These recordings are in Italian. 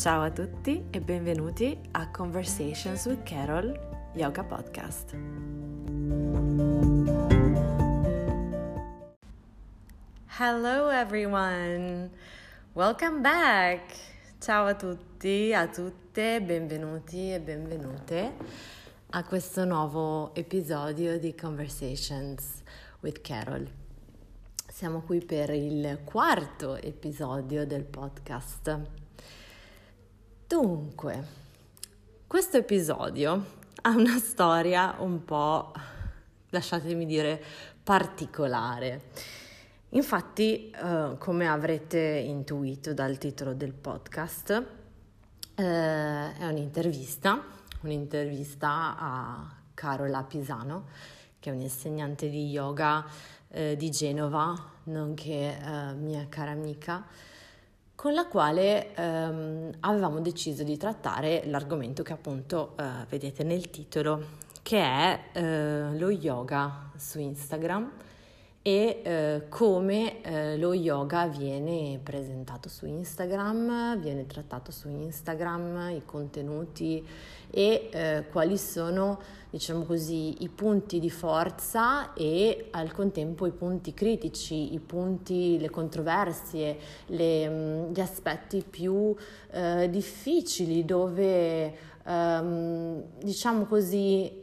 Ciao a tutti e benvenuti a Conversations with Carol Yoga Podcast. Hello everyone, welcome back. Ciao a tutti, a tutte, benvenuti e benvenute a questo nuovo episodio di Conversations with Carol. Siamo qui per il quarto episodio del podcast. Dunque, questo episodio ha una storia un po', lasciatemi dire, particolare. Infatti, come avrete intuito dal titolo del podcast, è un'intervista a Carola Pisano, che è un'insegnante di yoga di Genova, nonché mia cara amica, con la quale avevamo deciso di trattare l'argomento che appunto vedete nel titolo, che è lo yoga su Instagram e come lo yoga viene presentato su Instagram, viene trattato su Instagram, i contenuti e quali sono, diciamo così, i punti di forza e al contempo i punti critici, le controversie, gli aspetti più difficili dove, diciamo così,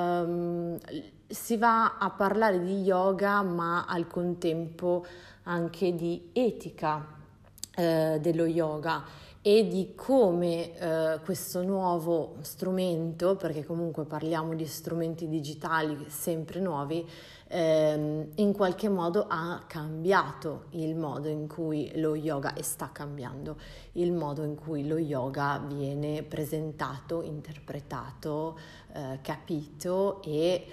si va a parlare di yoga ma al contempo anche di etica dello yoga e di come questo nuovo strumento, perché comunque parliamo di strumenti digitali sempre nuovi, in qualche modo ha cambiato il modo in cui lo yoga, e sta cambiando il modo in cui lo yoga viene presentato, interpretato, capito e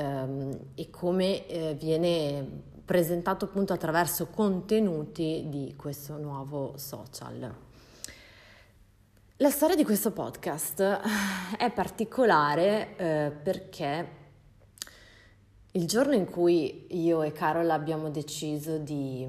come viene presentato appunto attraverso contenuti di questo nuovo social. La storia di questo podcast è particolare perché il giorno in cui io e Carol abbiamo deciso di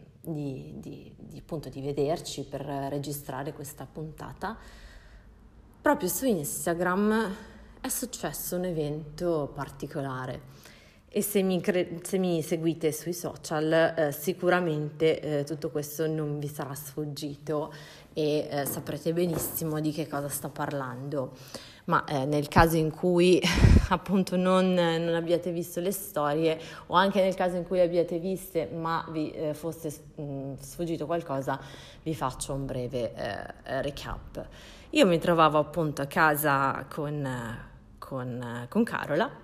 vederci per registrare questa puntata, proprio su Instagram è successo un evento particolare. E se mi seguite sui social sicuramente tutto questo non vi sarà sfuggito e saprete benissimo di che cosa sto parlando. Ma nel caso in cui appunto non abbiate visto le storie, o anche nel caso in cui le abbiate viste ma vi fosse sfuggito qualcosa, vi faccio un breve recap. Io mi trovavo appunto a casa con Carola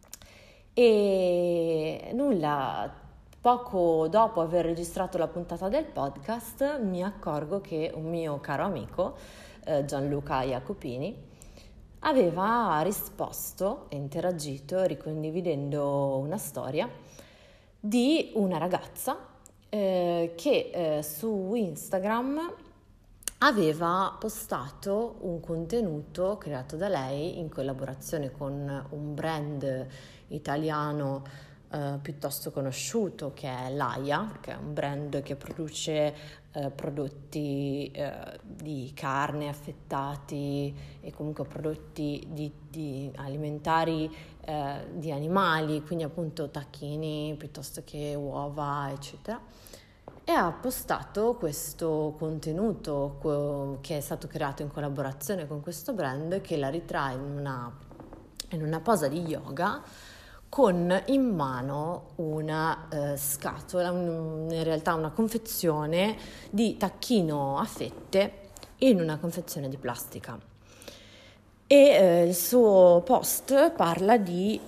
e nulla, poco dopo aver registrato la puntata del podcast mi accorgo che un mio caro amico, Gianluca Jacopini, aveva risposto e interagito ricondividendo una storia di una ragazza che su Instagram aveva postato un contenuto creato da lei in collaborazione con un brand italiano piuttosto conosciuto, che è Laia, che è un brand che produce prodotti di carne, affettati e comunque prodotti di alimentari di animali, quindi appunto tacchini piuttosto che uova, eccetera. E ha postato questo contenuto che è stato creato in collaborazione con questo brand, che la ritrae in una posa di yoga con in mano una scatola, in realtà una confezione di tacchino a fette in una confezione di plastica. E il suo post parla di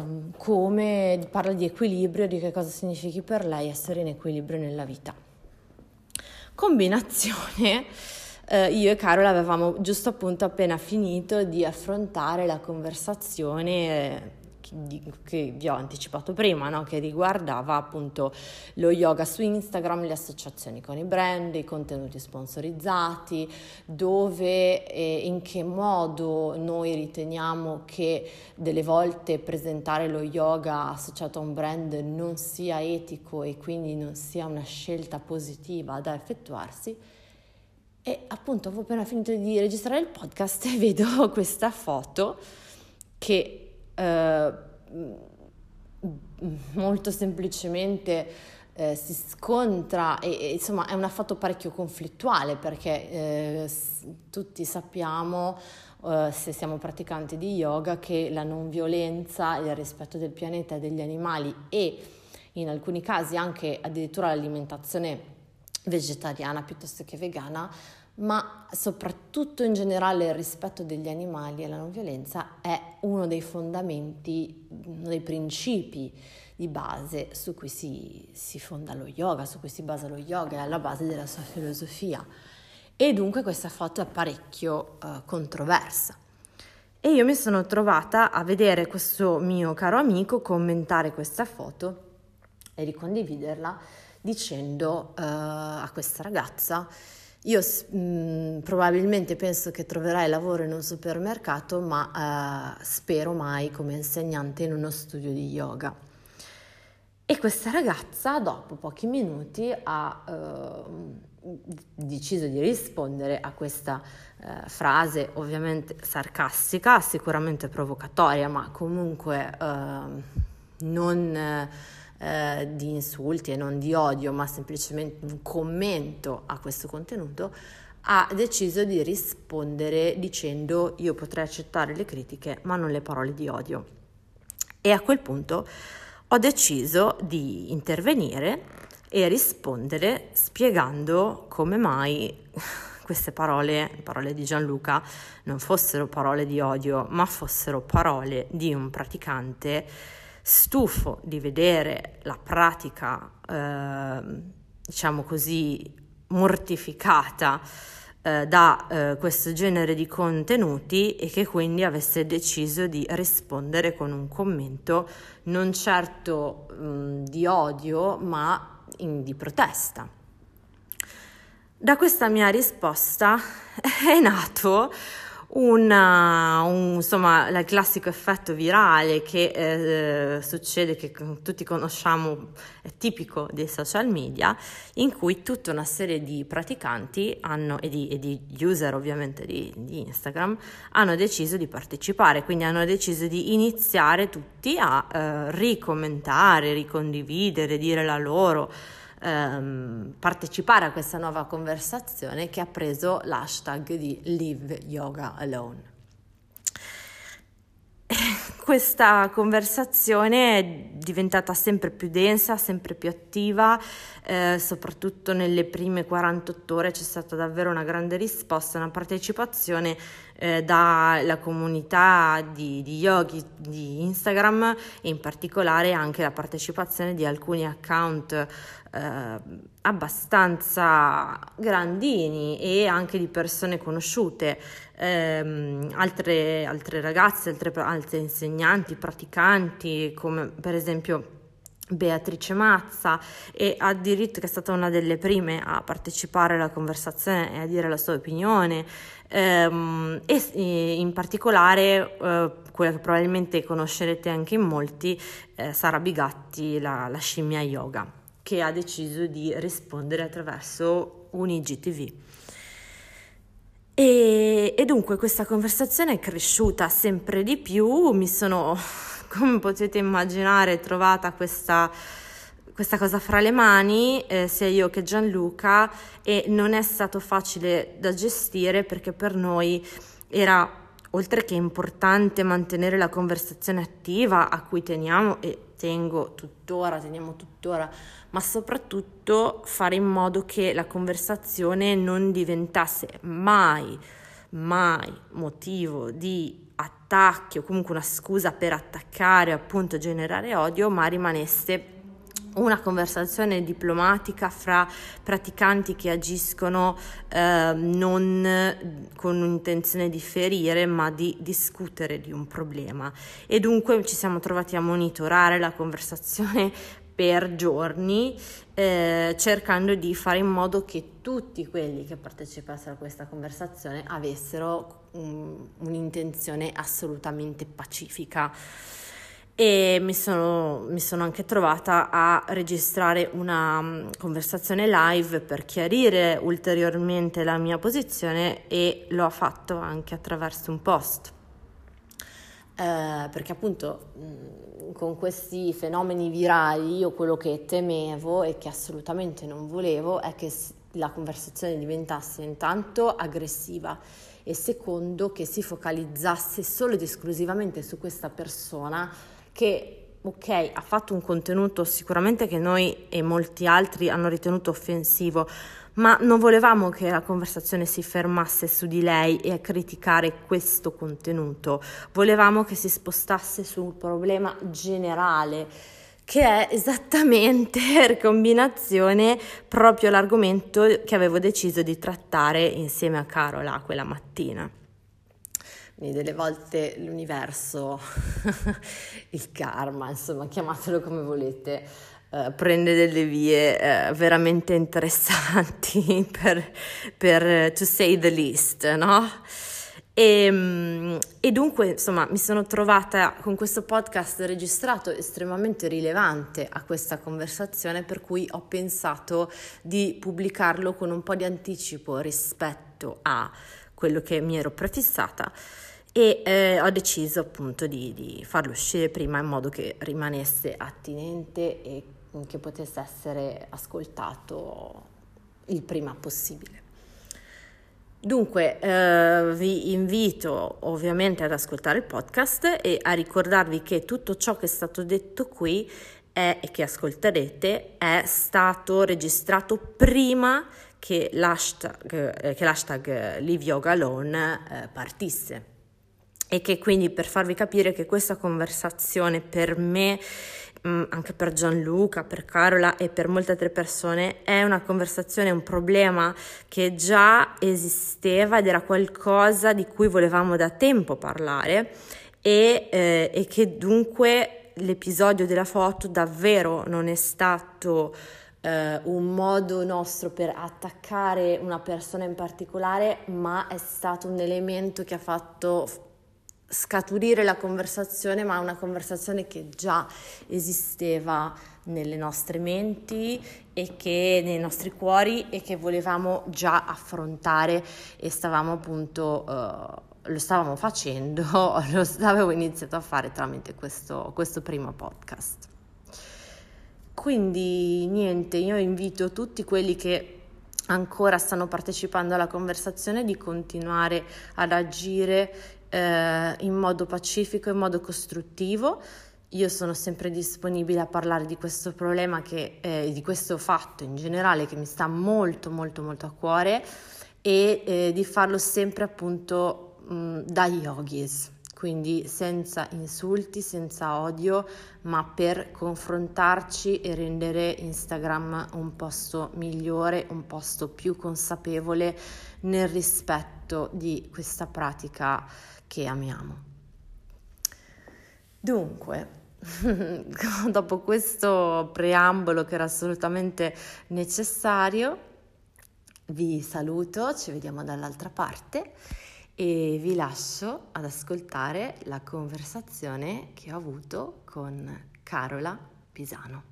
equilibrio, di che cosa significhi per lei essere in equilibrio nella vita. Combinazione, io e Carola avevamo giusto appunto appena finito di affrontare la conversazione che vi ho anticipato prima, no? Che riguardava appunto lo yoga su Instagram, le associazioni con i brand, i contenuti sponsorizzati, dove e in che modo noi riteniamo che delle volte presentare lo yoga associato a un brand non sia etico e quindi non sia una scelta positiva da effettuarsi. E appunto avevo appena finito di registrare il podcast e vedo questa foto che molto semplicemente si scontra e insomma è una foto parecchio conflittuale perché tutti sappiamo, se siamo praticanti di yoga, che la non violenza, il rispetto del pianeta e degli animali e in alcuni casi anche addirittura l'alimentazione vegetariana piuttosto che vegana, ma soprattutto in generale il rispetto degli animali e la non violenza è uno dei fondamenti, uno dei principi di base su cui si fonda lo yoga, su cui si basa lo yoga, è alla base della sua filosofia. E dunque questa foto è parecchio controversa. E io mi sono trovata a vedere questo mio caro amico commentare questa foto e ricondividerla dicendo a questa ragazza: io probabilmente penso che troverai lavoro in un supermercato, ma spero mai come insegnante in uno studio di yoga. E questa ragazza dopo pochi minuti ha deciso di rispondere a questa frase ovviamente sarcastica, sicuramente provocatoria, ma comunque non di insulti e non di odio, ma semplicemente un commento a questo contenuto. Ha deciso di rispondere dicendo: io potrei accettare le critiche ma non le parole di odio. E a quel punto ho deciso di intervenire e rispondere spiegando come mai queste parole di Gianluca non fossero parole di odio, ma fossero parole di un praticante stufo di vedere la pratica, diciamo così, mortificata da questo genere di contenuti, e che quindi avesse deciso di rispondere con un commento non certo di odio, ma di protesta. Da questa mia risposta è nato insomma, il classico effetto virale che succede, che tutti conosciamo, è tipico dei social media, in cui tutta una serie di praticanti e di user ovviamente di Instagram hanno deciso di partecipare, quindi hanno deciso di iniziare tutti a ricommentare, ricondividere, dire la loro, partecipare a questa nuova conversazione che ha preso l'hashtag di Leave Yoga Alone. Questa conversazione è diventata sempre più densa, sempre più attiva, soprattutto nelle prime 48 ore c'è stata davvero una grande risposta, una partecipazione dalla comunità di yogi di Instagram, e in particolare anche la partecipazione di alcuni account abbastanza grandini e anche di persone conosciute, altre ragazze, altre insegnanti, praticanti, come per esempio Beatrice Mazza, e che è stata una delle prime a partecipare alla conversazione e a dire la sua opinione, e in particolare quella che probabilmente conoscerete anche in molti, Sara Bigatti, la scimmia yoga, che ha deciso di rispondere attraverso un IGTV. E dunque questa conversazione è cresciuta sempre di più, mi sono, come potete immaginare, trovata questa cosa fra le mani, sia io che Gianluca, e non è stato facile da gestire, perché per noi era, oltre che importante, mantenere la conversazione attiva, a cui teniamo e teniamo tuttora, ma soprattutto fare in modo che la conversazione non diventasse mai motivo di attacchi o comunque una scusa per attaccare, appunto generare odio, ma rimanesse una conversazione diplomatica fra praticanti che agiscono non con intenzione di ferire, ma di discutere di un problema. E dunque ci siamo trovati a monitorare la conversazione per giorni, cercando di fare in modo che tutti quelli che partecipassero a questa conversazione avessero un'intenzione assolutamente pacifica. e mi sono anche trovata a registrare una conversazione live per chiarire ulteriormente la mia posizione, e l'ho fatto anche attraverso un post. Perché appunto con questi fenomeni virali io quello che temevo e che assolutamente non volevo è che la conversazione diventasse intanto aggressiva e secondo che si focalizzasse solo ed esclusivamente su questa persona che, ok, ha fatto un contenuto sicuramente che noi e molti altri hanno ritenuto offensivo, ma non volevamo che la conversazione si fermasse su di lei e a criticare questo contenuto. Volevamo che si spostasse sul problema generale, che è esattamente per combinazione proprio l'argomento che avevo deciso di trattare insieme a Carola quella mattina. Quindi delle volte l'universo, il karma, insomma, chiamatelo come volete, prende delle vie veramente interessanti per to say the least, no? E dunque, insomma, mi sono trovata con questo podcast registrato estremamente rilevante a questa conversazione, per cui ho pensato di pubblicarlo con un po' di anticipo rispetto a quello che mi ero prefissata, e ho deciso appunto di farlo uscire prima in modo che rimanesse attinente e che potesse essere ascoltato il prima possibile. Dunque vi invito ovviamente ad ascoltare il podcast e a ricordarvi che tutto ciò che è stato detto qui e che ascolterete è stato registrato prima che l'hashtag Leave Yoga Alone partisse, e che quindi, per farvi capire che questa conversazione per me, anche per Gianluca, per Carola e per molte altre persone, è una conversazione, un problema che già esisteva ed era qualcosa di cui volevamo da tempo parlare, e che dunque l'episodio della foto davvero non è stato un modo nostro per attaccare una persona in particolare, ma è stato un elemento che ha fatto scaturire la conversazione, ma una conversazione che già esisteva nelle nostre menti e che nei nostri cuori, e che volevamo già affrontare, e stavamo appunto lo stavamo facendo, l'avevo iniziato a fare tramite questo primo podcast. Quindi niente, io invito tutti quelli che ancora stanno partecipando alla conversazione di continuare ad agire in modo pacifico, in modo costruttivo. Io sono sempre disponibile a parlare di questo problema di questo fatto in generale che mi sta molto molto molto a cuore, e di farlo sempre appunto da yogis, quindi senza insulti, senza odio, ma per confrontarci e rendere Instagram un posto migliore, un posto più consapevole nel rispetto di questa pratica che amiamo. Dunque, dopo questo preambolo che era assolutamente necessario, vi saluto, ci vediamo dall'altra parte e vi lascio ad ascoltare la conversazione che ho avuto con Carola Pisano.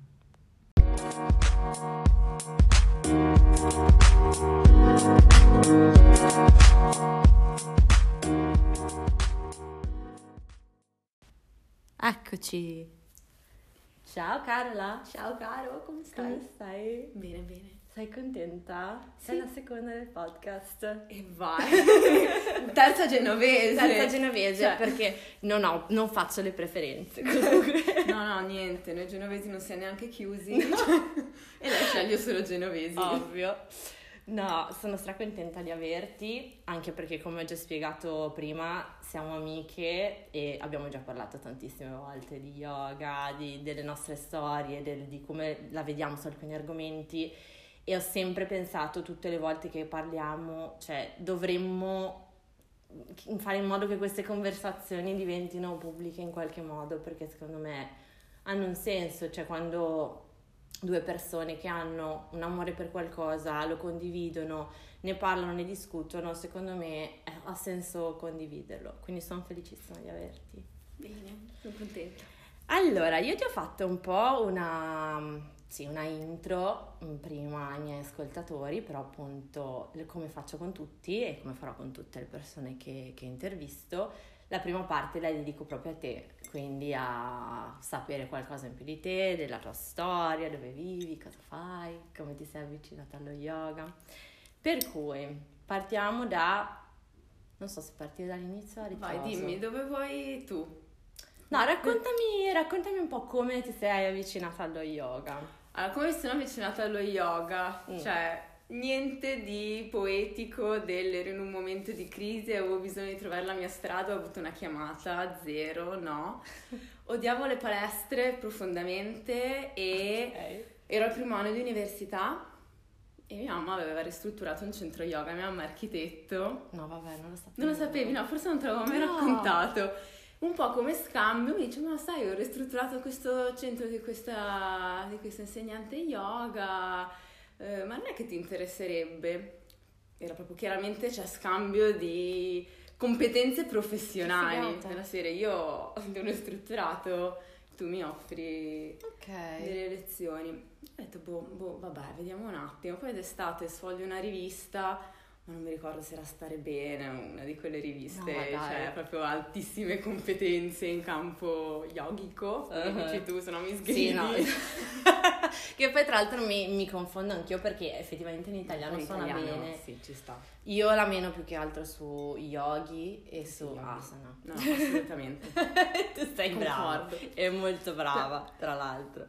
Eccoci. Ciao Carola. Ciao caro, come stai? Come stai? Bene, bene. Sei contenta? Sì. Sei la seconda del podcast. E vai. Terza genovese. Terza genovese, Cioè. perché non faccio le preferenze comunque. No, niente, noi genovesi non siamo neanche chiusi. E lei sceglie solo genovesi. Ovvio. No, sono stracontenta di averti, anche perché, come ho già spiegato prima, siamo amiche e abbiamo già parlato tantissime volte di yoga, delle nostre storie, di come la vediamo su alcuni argomenti, e ho sempre pensato tutte le volte che parliamo, cioè dovremmo fare in modo che queste conversazioni diventino pubbliche in qualche modo, perché secondo me hanno un senso, cioè quando due persone che hanno un amore per qualcosa lo condividono, ne parlano, ne discutono, secondo me ha senso condividerlo, quindi sono felicissima di averti. Bene, sono contenta. Allora, io ti ho fatto un po' una intro prima ai miei ascoltatori, però appunto come faccio con tutti e come farò con tutte le persone che intervisto, la prima parte la dedico proprio a te, quindi a sapere qualcosa in più di te, della tua storia, dove vivi, cosa fai, come ti sei avvicinata allo yoga. Per cui partiamo non so se partire dall'inizio o a ritroso. Vai, dimmi, dove vuoi tu? No, raccontami un po' come ti sei avvicinata allo yoga. Allora, come mi sono avvicinata allo yoga? Cioè, niente di poetico ero in un momento di crisi, avevo bisogno di trovare la mia strada, ho avuto una chiamata, zero, no. Odiavo le palestre profondamente e ero al primo anno di università e mia mamma aveva ristrutturato un centro yoga, mia mamma è architetto. No, vabbè, non lo sapevo. Non lo sapevi? No, forse non te l'avevo mai raccontato. Un po' come scambio mi dice, ma sai, ho ristrutturato questo centro di questa insegnante yoga, ma non è che ti interesserebbe? Era proprio chiaramente, cioè, scambio di competenze professionali. Nella serie, io ho ristrutturato, tu mi offri delle lezioni. Ho detto, vabbè, vediamo un attimo. Poi d'estate sfoglio una rivista, ma non mi ricordo se era Stare Bene, una di quelle riviste, cioè proprio altissime competenze in campo yogico, come dici tu, se no mi sgridi. Sì, no. Che poi tra l'altro mi confondo anch'io perché effettivamente in italiano suona bene. Sì, ci sta. Io la meno più che altro su yogi e su asana. No, assolutamente. Tu sei brava, è molto brava, tra l'altro.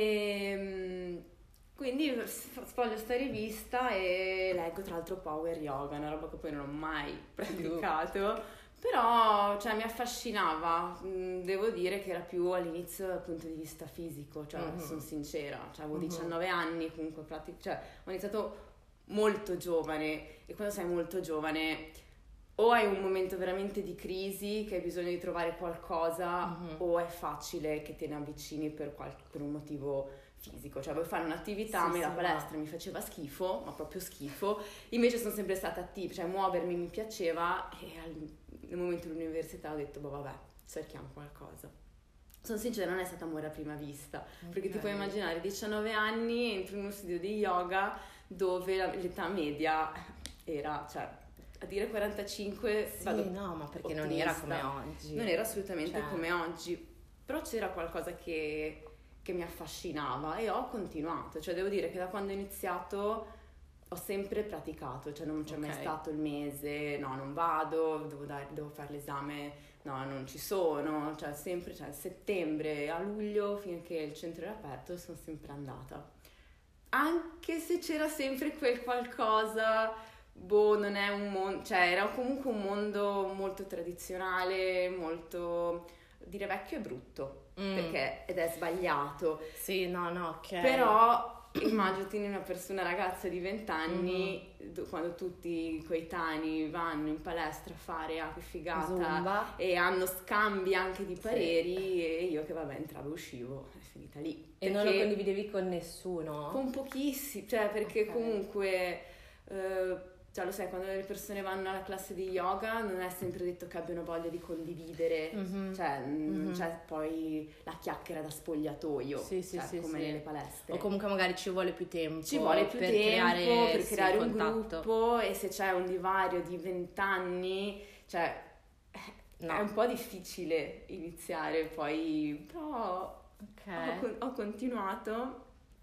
Quindi sfoglio sta rivista e leggo tra l'altro Power Yoga, una roba che poi non ho mai praticato, però cioè, mi affascinava. Devo dire che era più all'inizio dal punto di vista fisico, cioè sono sincera, cioè, avevo 19 anni comunque, cioè ho iniziato molto giovane e quando sei molto giovane o hai un momento veramente di crisi che hai bisogno di trovare qualcosa o è facile che te ne avvicini per un motivo fisico, cioè vuoi fare un'attività, a me la palestra mi faceva schifo, ma proprio schifo, invece sono sempre stata attiva, cioè muovermi mi piaceva e nel momento dell'università ho detto vabbè, cerchiamo qualcosa. Sono sincera, non è stato amore a prima vista, perché ti puoi immaginare 19 anni, entro in uno studio di yoga dove l'età media era, cioè a dire 45 no, ma perché non era come oggi, non era assolutamente come oggi, però c'era qualcosa che mi affascinava e ho continuato, cioè devo dire che da quando ho iniziato ho sempre praticato, cioè non c'è mai stato il mese, no non vado, devo fare l'esame, no non ci sono, cioè sempre, cioè settembre a luglio finché il centro era aperto sono sempre andata, anche se c'era sempre quel qualcosa, non è un mondo, cioè era comunque un mondo molto tradizionale, molto, dire vecchio è brutto, perché ed è sbagliato. Sì, no, ok. Però immaginati una ragazza di 20 anni, quando tutti i coetanei vanno in palestra a fare che figata Zumba. E hanno scambi anche di pareri e io che vabbè entravo e uscivo, è finita lì. E non lo condividevi con nessuno? Con pochissimi, cioè perché comunque... cioè lo sai, quando le persone vanno alla classe di yoga non è sempre detto che abbiano voglia di condividere, cioè c'è poi la chiacchiera da spogliatoio, come nelle palestre. O comunque magari ci vuole più tempo. Ci vuole più per tempo per creare un contatto. gruppo, e se c'è un divario di 20 anni, cioè è un po' difficile iniziare, poi però ho continuato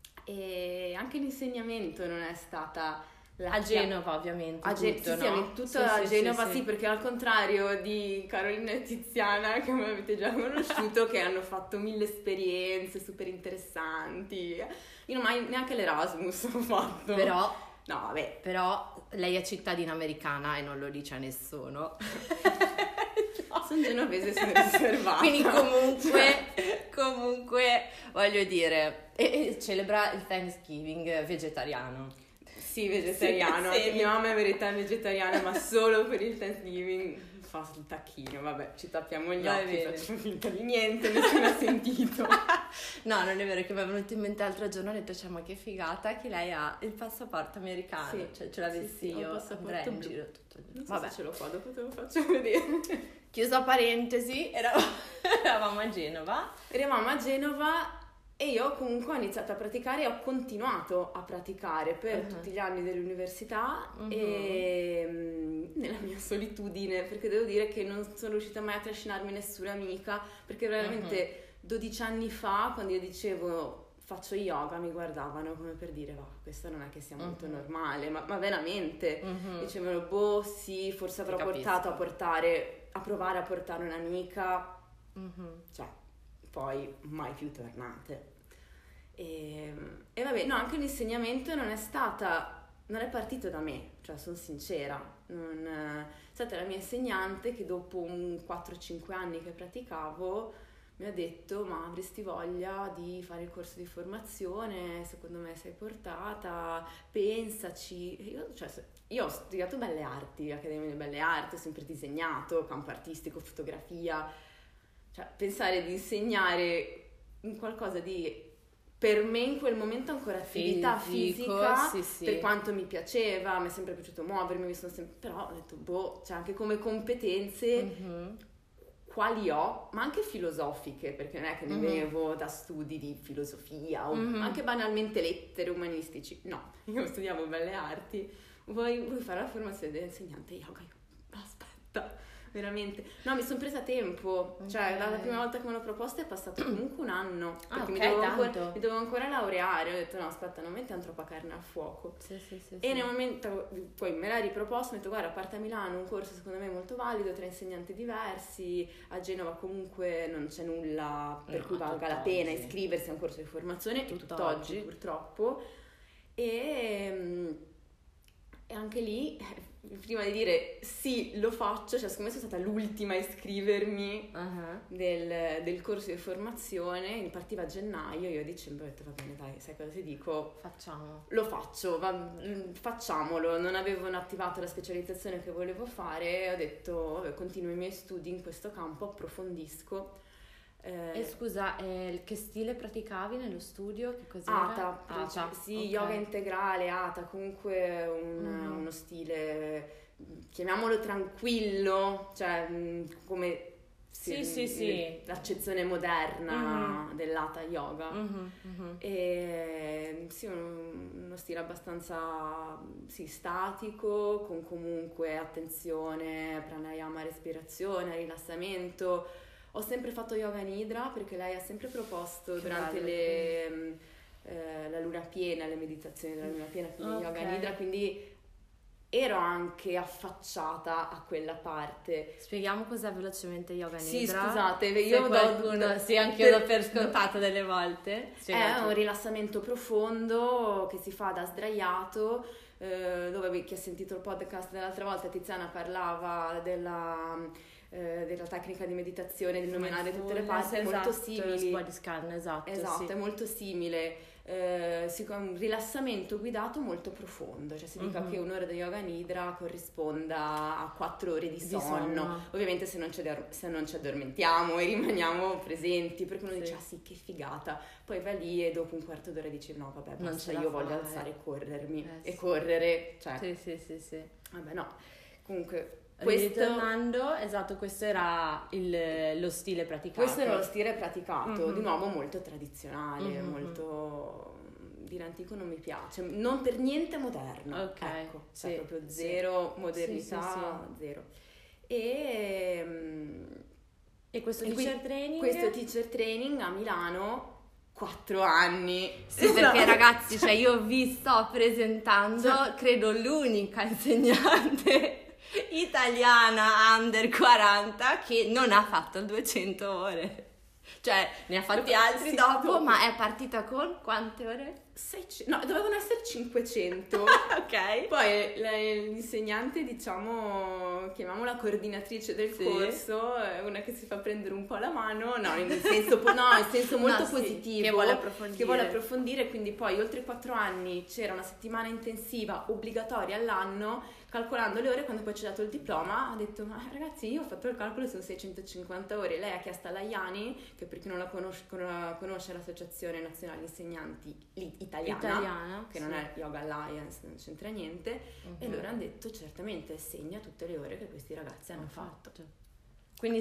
e anche l'insegnamento non è stata... A Genova ovviamente tutto a Genova sì, perché al contrario di Carolina e Tiziana che mi avete già conosciuto che hanno fatto 1000 esperienze super interessanti, io non mai neanche l'Erasmus ho fatto, però lei è cittadina americana e non lo dice a nessuno. Sono genovese, sono riservata, quindi comunque voglio dire, e celebra il Thanksgiving vegetariano. Sì, vegetariano. Sì, Anche sì. mia mamma è verità vegetariana, ma solo per il Thanksgiving fa il tacchino. Vabbè, ci tappiamo gli Va occhi, bene. facciamo finta di niente, nessuno ha sentito. No, non è vero, che mi è venuto in mente l'altro giorno, ho detto, cioè, ma che figata che lei ha il passaporto americano, Sì, cioè ce l'avessi sì, ho il io, passaporto andrei in blu. giro tutto il Non so Vabbè, se ce l'ho qua, dopo te lo faccio vedere. chiusa parentesi, eravamo a Genova. Eravamo a Genova e io comunque ho iniziato a praticare e ho continuato a praticare per tutti gli anni dell'università e nella mia solitudine, perché devo dire che non sono riuscita mai a trascinarmi nessuna amica, perché veramente 12 anni fa, quando io dicevo faccio yoga, mi guardavano come per dire va, questa non è che sia molto normale, ma veramente dicevano boh sì, forse avrò portato a provare a portare un'amica, cioè poi mai più tornate. E vabbè, no, anche l'insegnamento non è partito da me, cioè sono sincera, è stata la mia insegnante che dopo un 4-5 anni che praticavo mi ha detto ma avresti voglia di fare il corso di formazione, secondo me sei portata, pensaci. Io ho studiato Belle Arti, Accademia di Belle Arti, ho sempre disegnato, campo artistico, fotografia, cioè pensare di insegnare in qualcosa di per me in quel momento ancora attività fisica, sì. per quanto mi piaceva, mi è sempre piaciuto muovermi, però ho detto boh, cioè anche come competenze quali ho, ma anche filosofiche, perché non è che ne venevo da studi di filosofia o anche banalmente lettere umanistici, no, io studiavo Belle Arti, vuoi fare la formazione dell'insegnante yoga? Io, aspetta, veramente, no, mi sono presa tempo, cioè la prima volta che me l'ho proposta è passato comunque un anno, perché mi dovevo ancora laureare, ho detto no aspetta, non mettiamo troppa carne al fuoco, Sì. e nel momento poi me l'ha riproposto, mi ho detto guarda, a parte a Milano un corso secondo me molto valido, 3 insegnanti diversi, a Genova comunque non c'è nulla per cui valga la pena iscriversi a un corso di formazione, tutt'oggi purtroppo, e anche lì prima di dire sì lo faccio, cioè secondo me sono stata l'ultima a iscrivermi del corso di formazione, partiva a gennaio, io a dicembre ho detto va bene dai, sai cosa ti dico? Lo faccio, facciamolo, non avevo attivato la specializzazione che volevo fare, ho detto vabbè, continuo i miei studi in questo campo, approfondisco. E scusa, che stile praticavi nello studio? Che cos'era? Ata. Sì, okay. Yoga integrale, Ata, comunque uno stile, chiamiamolo tranquillo, cioè come sì. l'accezione moderna dell'Hatha Yoga. E sì, uno stile abbastanza statico, con comunque attenzione, pranayama, respirazione, rilassamento. Ho sempre fatto yoga nidra perché lei ha sempre proposto durante la luna piena, le meditazioni della luna piena, quindi yoga nidra, quindi ero anche affacciata a quella parte. Spieghiamo cos'è velocemente yoga nidra. Sì, scusate, io anche io do per scontato delle volte. È un rilassamento profondo che si fa da sdraiato, dove chi ha sentito il podcast dell'altra volta Tiziana parlava della tecnica di meditazione, di nominare tutte le parti, molto simili. Body scan, esatto, è molto simile. Un rilassamento guidato molto profondo, cioè si dica che un'ora di yoga nidra corrisponda a 4 ore di sonno. Ovviamente se non ci addormentiamo e rimaniamo presenti, perché uno dice ah sì, che figata, poi va lì e dopo un quarto d'ora dici no vabbè basta, io voglio alzare e corrermi e correre, cioè sì. Vabbè no, comunque ritornando, esatto, questo era lo stile praticato. Questo era lo stile praticato, di nuovo molto tradizionale, molto dire antico non mi piace, non per niente moderno, ecco, cioè proprio zero modernità, zero. E questo teacher training? Questo teacher training a Milano 4 anni. Sì, perché ragazzi, cioè io vi sto presentando, credo l'unica insegnante italiana under 40 che non ha fatto 200 ore, cioè ne ha fatti altri dopo, ma è partita con quante ore? dovevano essere 500. Ok. Poi l'insegnante, diciamo, chiamiamola coordinatrice del corso, è una che si fa prendere un po' la mano, in senso molto positivo, che vuole approfondire, quindi poi oltre i 4 anni c'era una settimana intensiva obbligatoria all'anno, calcolando le ore. Quando poi ci ha dato il diploma ha detto: ma ragazzi, io ho fatto il calcolo, sono 650 ore. Lei ha chiesto alla IANI, che per chi non la conosce è l'Associazione Nazionale Insegnanti Italiana, che non è Yoga Alliance, non c'entra niente, e loro hanno detto: certamente segna tutte le ore che questi ragazzi hanno fatto. Quindi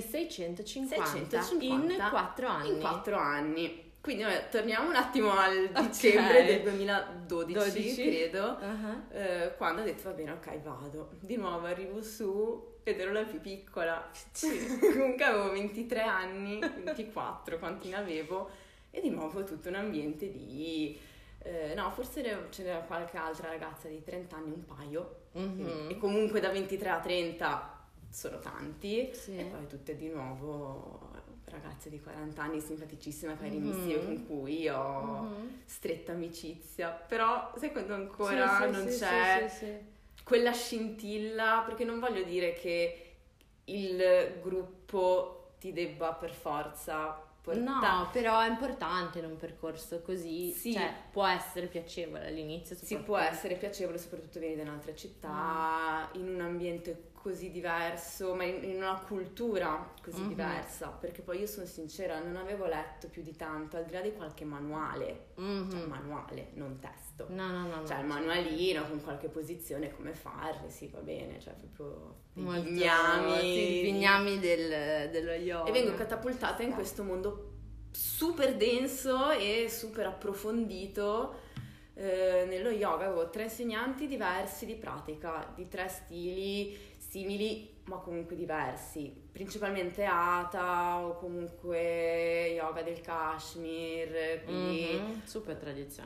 650 in 4 anni. In 4 anni. Quindi torniamo un attimo al dicembre del 2012, credo, quando ho detto: va bene, ok, vado. Di nuovo arrivo su ed ero la più piccola. Comunque avevo 23 anni, 24, quanti ne avevo, e di nuovo tutto un ambiente di... forse ce n'era qualche altra ragazza di 30 anni, un paio, e comunque da 23 a 30 sono tanti, e poi tutte di nuovo ragazze di 40 anni, simpaticissime, carinissime, con cui ho stretta amicizia. Però sai quando ancora non c'è quella scintilla, perché non voglio dire che il gruppo ti debba per forza portare. No, però è importante in un percorso così, cioè può essere piacevole all'inizio. Sì, può essere piacevole, soprattutto vieni da un'altra città, in un ambiente così diverso, ma in una cultura così diversa, perché poi io sono sincera, non avevo letto più di tanto, al di là di qualche manuale, cioè manuale, non testo. No. Cioè il manualino con qualche posizione, come farle, sì, va bene, cioè proprio i bignami dello yoga. E vengo catapultata in questo mondo super denso e super approfondito. Nello yoga avevo 3 insegnanti diversi di pratica, di 3 stili simili ma comunque diversi, principalmente Hatha o comunque yoga del Kashmir, quindi super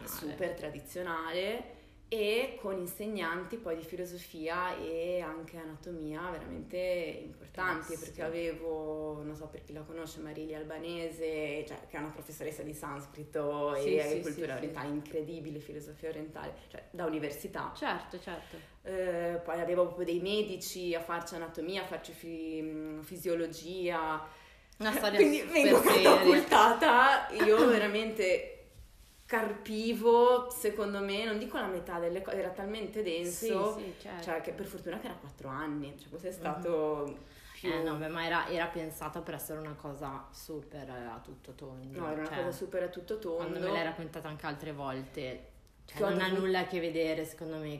tradizionale, e con insegnanti poi di filosofia e anche anatomia veramente importanti, perché avevo, non so per chi la conosce, Marilia Albanese, cioè, che è una professoressa di sanscrito e cultura orientale, incredibile, filosofia orientale, cioè da università. Certo. Poi avevo proprio dei medici a farci anatomia, a farci fisiologia. Una storia quindi vengo catapultata, io veramente carpivo, secondo me, non dico la metà delle cose, era talmente denso, certo. Cioè che per fortuna che era 4 anni, cioè questo è stato più... ma era pensata per essere una cosa super a tutto tondo. No, era una cosa super a tutto tondo. Quando me l'hai raccontata anche altre volte, cioè non ha nulla a che vedere, secondo me,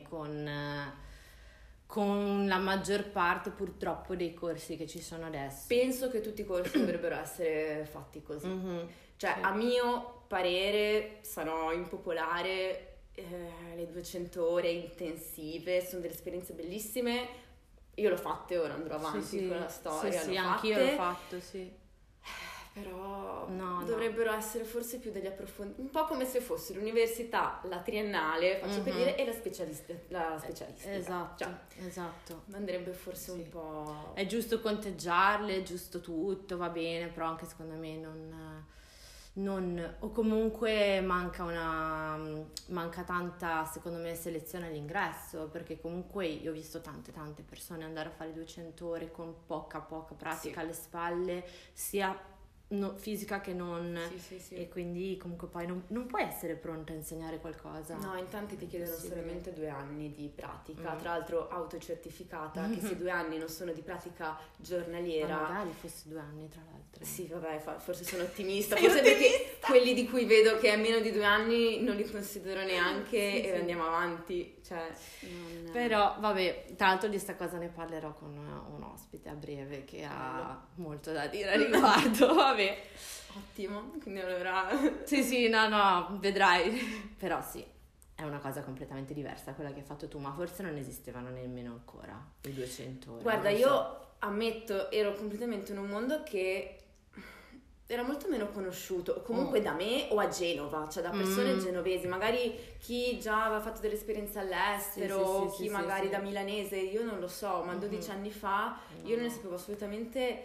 con la maggior parte, purtroppo, dei corsi che ci sono adesso. Penso che tutti i corsi dovrebbero essere fatti così. Cioè, a mio parere, sarò impopolare, le 200 ore intensive sono delle esperienze bellissime. Io l'ho fatte, ora andrò avanti con la storia. Sì, anch'io l'ho fatto, sì. Però dovrebbero essere forse più degli approfondimenti, un po' come se fosse l'università, la triennale, faccio per dire, e la specialistica. Esatto. Andrebbe forse un po'... È giusto conteggiarle, è giusto tutto, va bene, però anche secondo me non o comunque manca tanta, secondo me, selezione all'ingresso, perché comunque io ho visto tante persone andare a fare 200 ore con poca pratica alle spalle, sia fisica che non, e quindi comunque poi non puoi essere pronta a insegnare qualcosa. No, in tanti ti chiedono solamente 2 anni di pratica, tra l'altro autocertificata, che se 2 anni non sono di pratica giornaliera... Ma magari fosse 2 anni, tra l'altro. Sì, vabbè, forse sono ottimista, perché quelli di cui vedo che è meno di 2 anni non li considero neanche e andiamo avanti, cioè... Però, vabbè, tra l'altro di sta cosa ne parlerò con un ospite a breve che ha molto da dire a riguardo, vabbè. Ottimo, quindi allora... Sì, no, vedrai. Però sì, è una cosa completamente diversa quella che hai fatto tu, ma forse non esistevano nemmeno ancora i 200 ore. Guarda, io ammetto, ero completamente in un mondo che era molto meno conosciuto, o comunque da me o a Genova, cioè da persone genovesi, magari chi già aveva fatto delle esperienze all'estero, chi magari da milanese, io non lo so, ma 12 anni fa io non ne sapevo assolutamente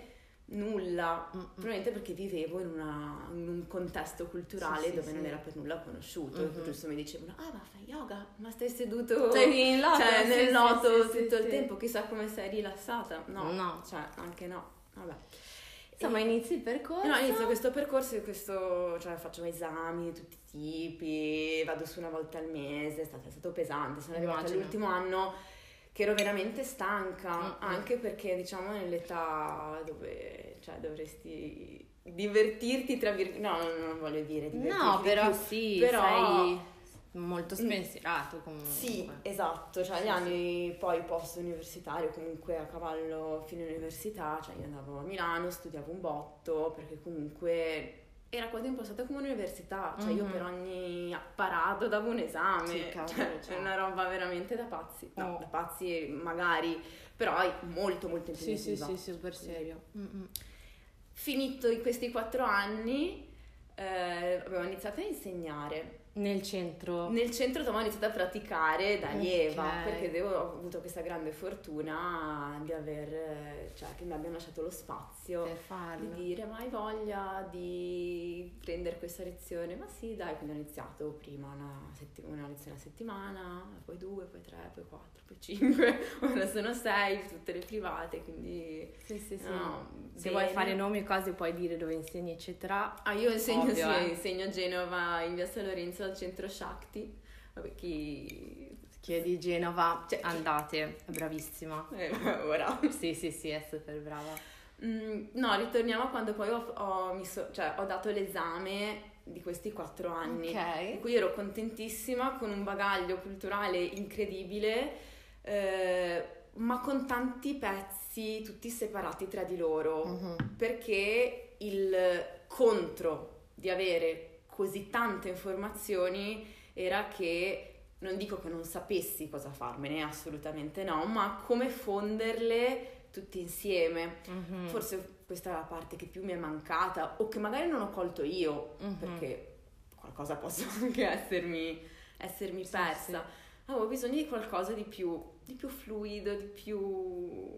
nulla, probabilmente perché vivevo in un contesto culturale dove non era per nulla conosciuto. Giusto mi dicevano, ma fai yoga? Ma stai seduto in loto, cioè, nel loto tutto il sì. tempo, chissà come sei rilassata. No. Cioè, anche no, vabbè. Insomma, inizi il percorso. No, inizio questo percorso, cioè faccio esami di tutti i tipi, vado su una volta al mese, è stato pesante, sono arrivata all'ultimo anno che ero veramente stanca, anche perché diciamo nell'età dove dovresti divertirti, tra virgolette, no, non voglio dire divertirti. No, però più, sì, però sei molto spensierato comunque. Sì, esatto, cioè gli anni poi post universitario, comunque a cavallo fine università, cioè io andavo a Milano, studiavo un botto, perché comunque era quasi impostata come un'università, cioè io per ogni apparato davo un esame, Sì, cavolo, cioè è una roba veramente da pazzi, no, da pazzi magari, però è molto molto impegnativa. Sì, super serio. Finito questi 4 anni, avevo iniziato a insegnare. Nel centro dove ho iniziato a praticare da allieva, perché ho avuto questa grande fortuna di che mi abbiano lasciato lo spazio per farlo. Di dire, ma hai voglia di prendere questa lezione? Ma sì, dai, quindi ho iniziato prima una lezione a settimana, poi 2, poi 3, poi 4, poi 5, ora sono 6, tutte le private, quindi sì. No, se vuoi fare nomi e cose puoi dire dove insegni eccetera. Io insegno, insegno a Genova in via San Lorenzo al centro Shakti. Vabbè, chi è di Genova, andate, è bravissima. Ora. Sì, è super brava. No, ritorniamo a quando poi ho dato l'esame di questi 4 anni, in cui ero contentissima, con un bagaglio culturale incredibile, ma con tanti pezzi tutti separati tra di loro, perché il contro di avere così tante informazioni era che, non dico che non sapessi cosa farmene, assolutamente no, ma come fonderle tutte insieme. Forse questa è la parte che più mi è mancata, o che magari non ho colto io, perché qualcosa posso anche essermi persa. Sì. Avevo bisogno di qualcosa di più fluido, di più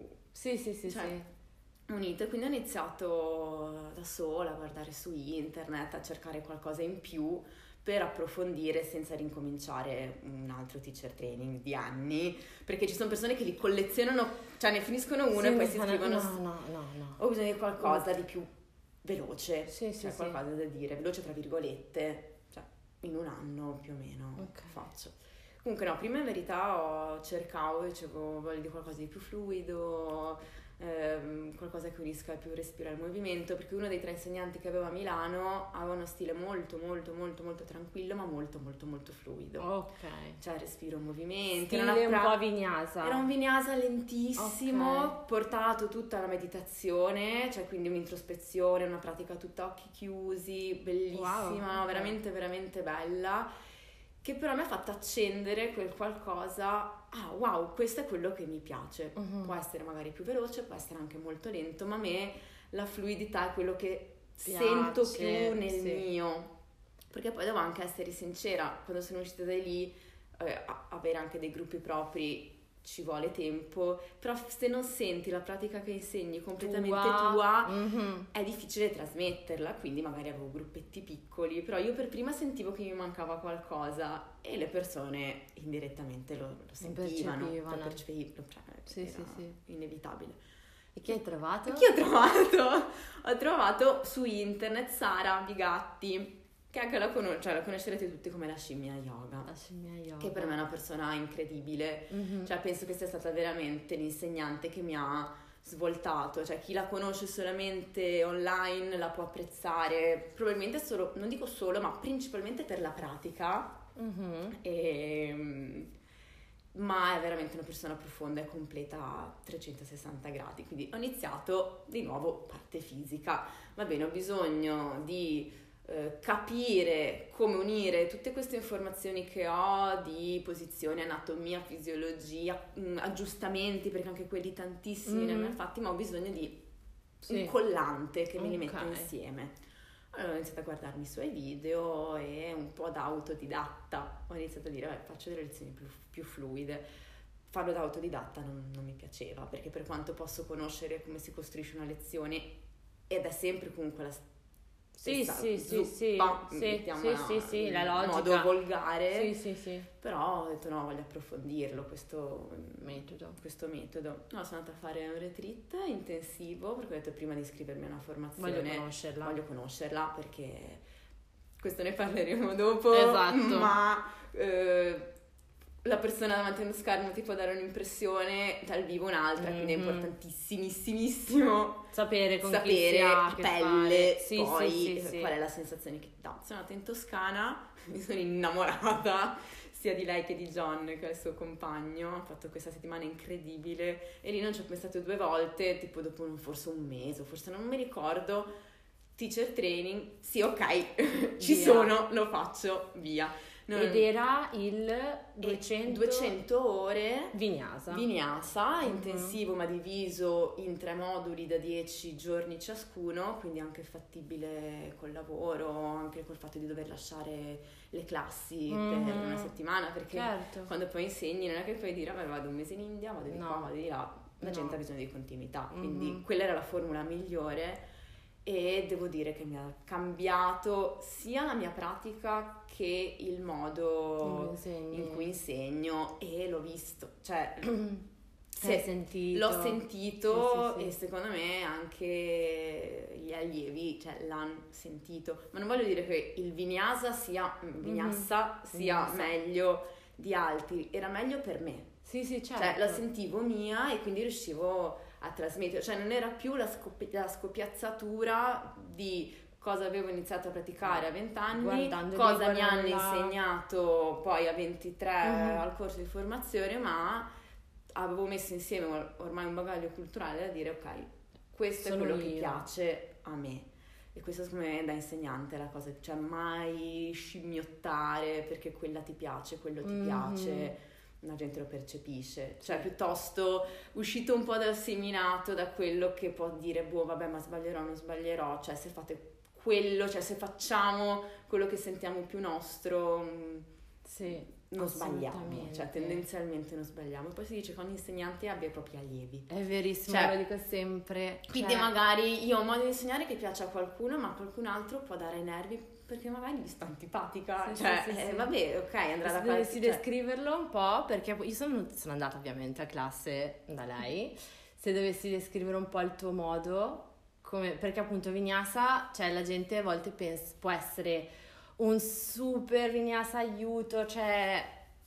unito, e quindi ho iniziato da sola a guardare su internet, a cercare qualcosa in più per approfondire senza rincominciare un altro teacher training di anni, perché ci sono persone che li collezionano, cioè ne finiscono uno e poi si scrivono no. Ho bisogno di qualcosa di più veloce, qualcosa da dire, veloce tra virgolette, cioè in un anno più o meno faccio. Comunque no, prima in verità dicevo voglio di qualcosa di più fluido, qualcosa che unisca più il respiro al movimento, perché uno dei 3 insegnanti che avevo a Milano aveva uno stile molto molto molto molto tranquillo, ma molto molto molto fluido. Cioè respiro, movimento, stile un po' vinyasa. Era un vinyasa lentissimo, portato tutta alla meditazione, cioè quindi un'introspezione, una pratica tutta a occhi chiusi, bellissima, veramente veramente bella, che però mi ha fatto accendere quel qualcosa, wow, questo è quello che mi piace. Può essere magari più veloce, può essere anche molto lento, ma a me la fluidità è quello che sento più nel mio, perché poi devo anche essere sincera, quando sono uscita da lì, avere anche dei gruppi propri ci vuole tempo, però se non senti la pratica che insegni completamente tua è difficile trasmetterla, quindi magari avevo gruppetti piccoli, però io per prima sentivo che mi mancava qualcosa e le persone indirettamente lo sentivano, lo percepivano, cioè inevitabile. E chi hai trovato? Ho trovato su internet Sara Bigatti, che anche la conoscerete tutti come la scimmia yoga. Che per me è una persona incredibile, cioè penso che sia stata veramente l'insegnante che mi ha svoltato, cioè chi la conosce solamente online la può apprezzare, probabilmente solo, non dico solo, ma principalmente per la pratica, ma è veramente una persona profonda e completa a 360 gradi, quindi ho iniziato di nuovo parte fisica, va bene, ho bisogno di capire come unire tutte queste informazioni che ho di posizione, anatomia, fisiologia, aggiustamenti, perché anche quelli tantissimi ne ho fatti, ma ho bisogno di un collante che me li metta insieme. Allora ho iniziato a guardarmi i suoi video e un po' da autodidatta ho iniziato a dire faccio delle lezioni più fluide. Farlo da autodidatta non mi piaceva, perché per quanto posso conoscere come si costruisce una lezione ed è sempre comunque la Sì, stessa sì, sì, sì, zuppa, sì, mettiamola sì, sì, in la logica. modo volgare. Sì, sì, sì. Però ho detto no, voglio approfondirlo questo Metodo. metodo. No, sono andata a fare un retreat intensivo perché ho detto prima di iscrivermi a una formazione voglio conoscerla perché questo ne parleremo dopo. Esatto. Ma la persona davanti allo schermo ti può dare un'impressione, dal vivo un'altra, quindi è importantissimissimo sapere con chi si ha a che pelle fare. Sì, poi sì, sì, qual è la sensazione che ti dà. Sono andata in Toscana, mi sono innamorata sia di lei che di John, che è il suo compagno. Ho fatto questa settimana incredibile e lì non ci ho pensato 2 volte, tipo dopo forse un mese, forse non mi ricordo. Teacher training, sì, ok, ci sono, lo faccio, via. Ed era il 200 ore Vinyasa, intensivo ma diviso in 3 moduli da 10 giorni ciascuno, quindi anche fattibile col lavoro, anche col fatto di dover lasciare le classi per una settimana, perché quando poi insegni non è che puoi dire vabbè vado un mese in India, vado di qua, vado di là, la gente ha bisogno di continuità, quindi quella era la formula migliore. E devo dire che mi ha cambiato sia la mia pratica che il modo in cui insegno, e l'ho visto, cioè l'ho sentito, sì. E secondo me anche gli allievi l'hanno sentito, ma non voglio dire che il vinyasa sia meglio di altri, era meglio per me. Sì, certo. Cioè la sentivo mia e quindi riuscivo a trasmettere, cioè non era più la scoppiazzatura di cosa avevo iniziato a praticare a 20 anni, cosa mi hanno insegnato poi a 23 al corso di formazione, ma avevo messo insieme ormai un bagaglio culturale da dire ok, questo è quello che piace a me. E questo secondo me da insegnante è la cosa, cioè mai scimmiottare perché quella ti piace, quello ti piace, la gente lo percepisce, cioè piuttosto uscito un po' dal seminato, da quello che può dire boh vabbè ma sbaglierò, non sbaglierò, cioè se fate quello, cioè se facciamo quello che sentiamo più nostro, non sbagliamo, cioè tendenzialmente non sbagliamo. Poi si dice che ogni insegnante abbia i propri allievi, è verissimo, lo dico sempre, quindi magari io ho un modo di insegnare che piace a qualcuno ma qualcun altro può dare ai nervi perché magari gli sta antipatica, vabbè, ok, andrà da qualche... Dovessi descriverlo un po', perché io sono andata ovviamente a classe da lei, se dovessi descrivere un po' il tuo modo, perché appunto vinyasa, cioè la gente a volte può essere un super vinyasa aiuto, cioè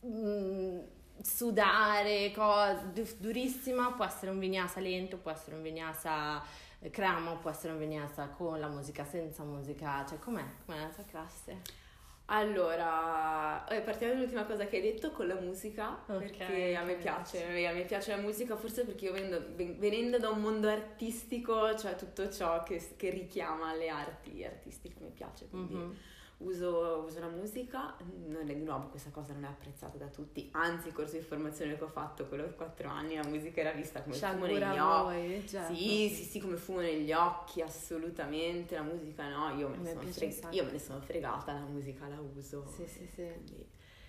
sudare, durissima, può essere un vinyasa lento, può essere un vinyasa crama, può essere un vinyasa con la musica, senza musica, cioè com'è la tua classe? Allora, partiamo dall'ultima cosa che hai detto, con la musica, perché a me piace la musica, forse perché io venendo da un mondo artistico, cioè tutto ciò che richiama le arti artistiche mi piace, quindi uso la musica. Non è di nuovo, questa cosa non è apprezzata da tutti, anzi il corso di formazione che ho fatto, quello di 4 anni, la musica era vista come fumo negli occhi. Sì, come fumo negli occhi, assolutamente. La musica no, io me ne sono fregata, la musica la uso. Sì. Quindi,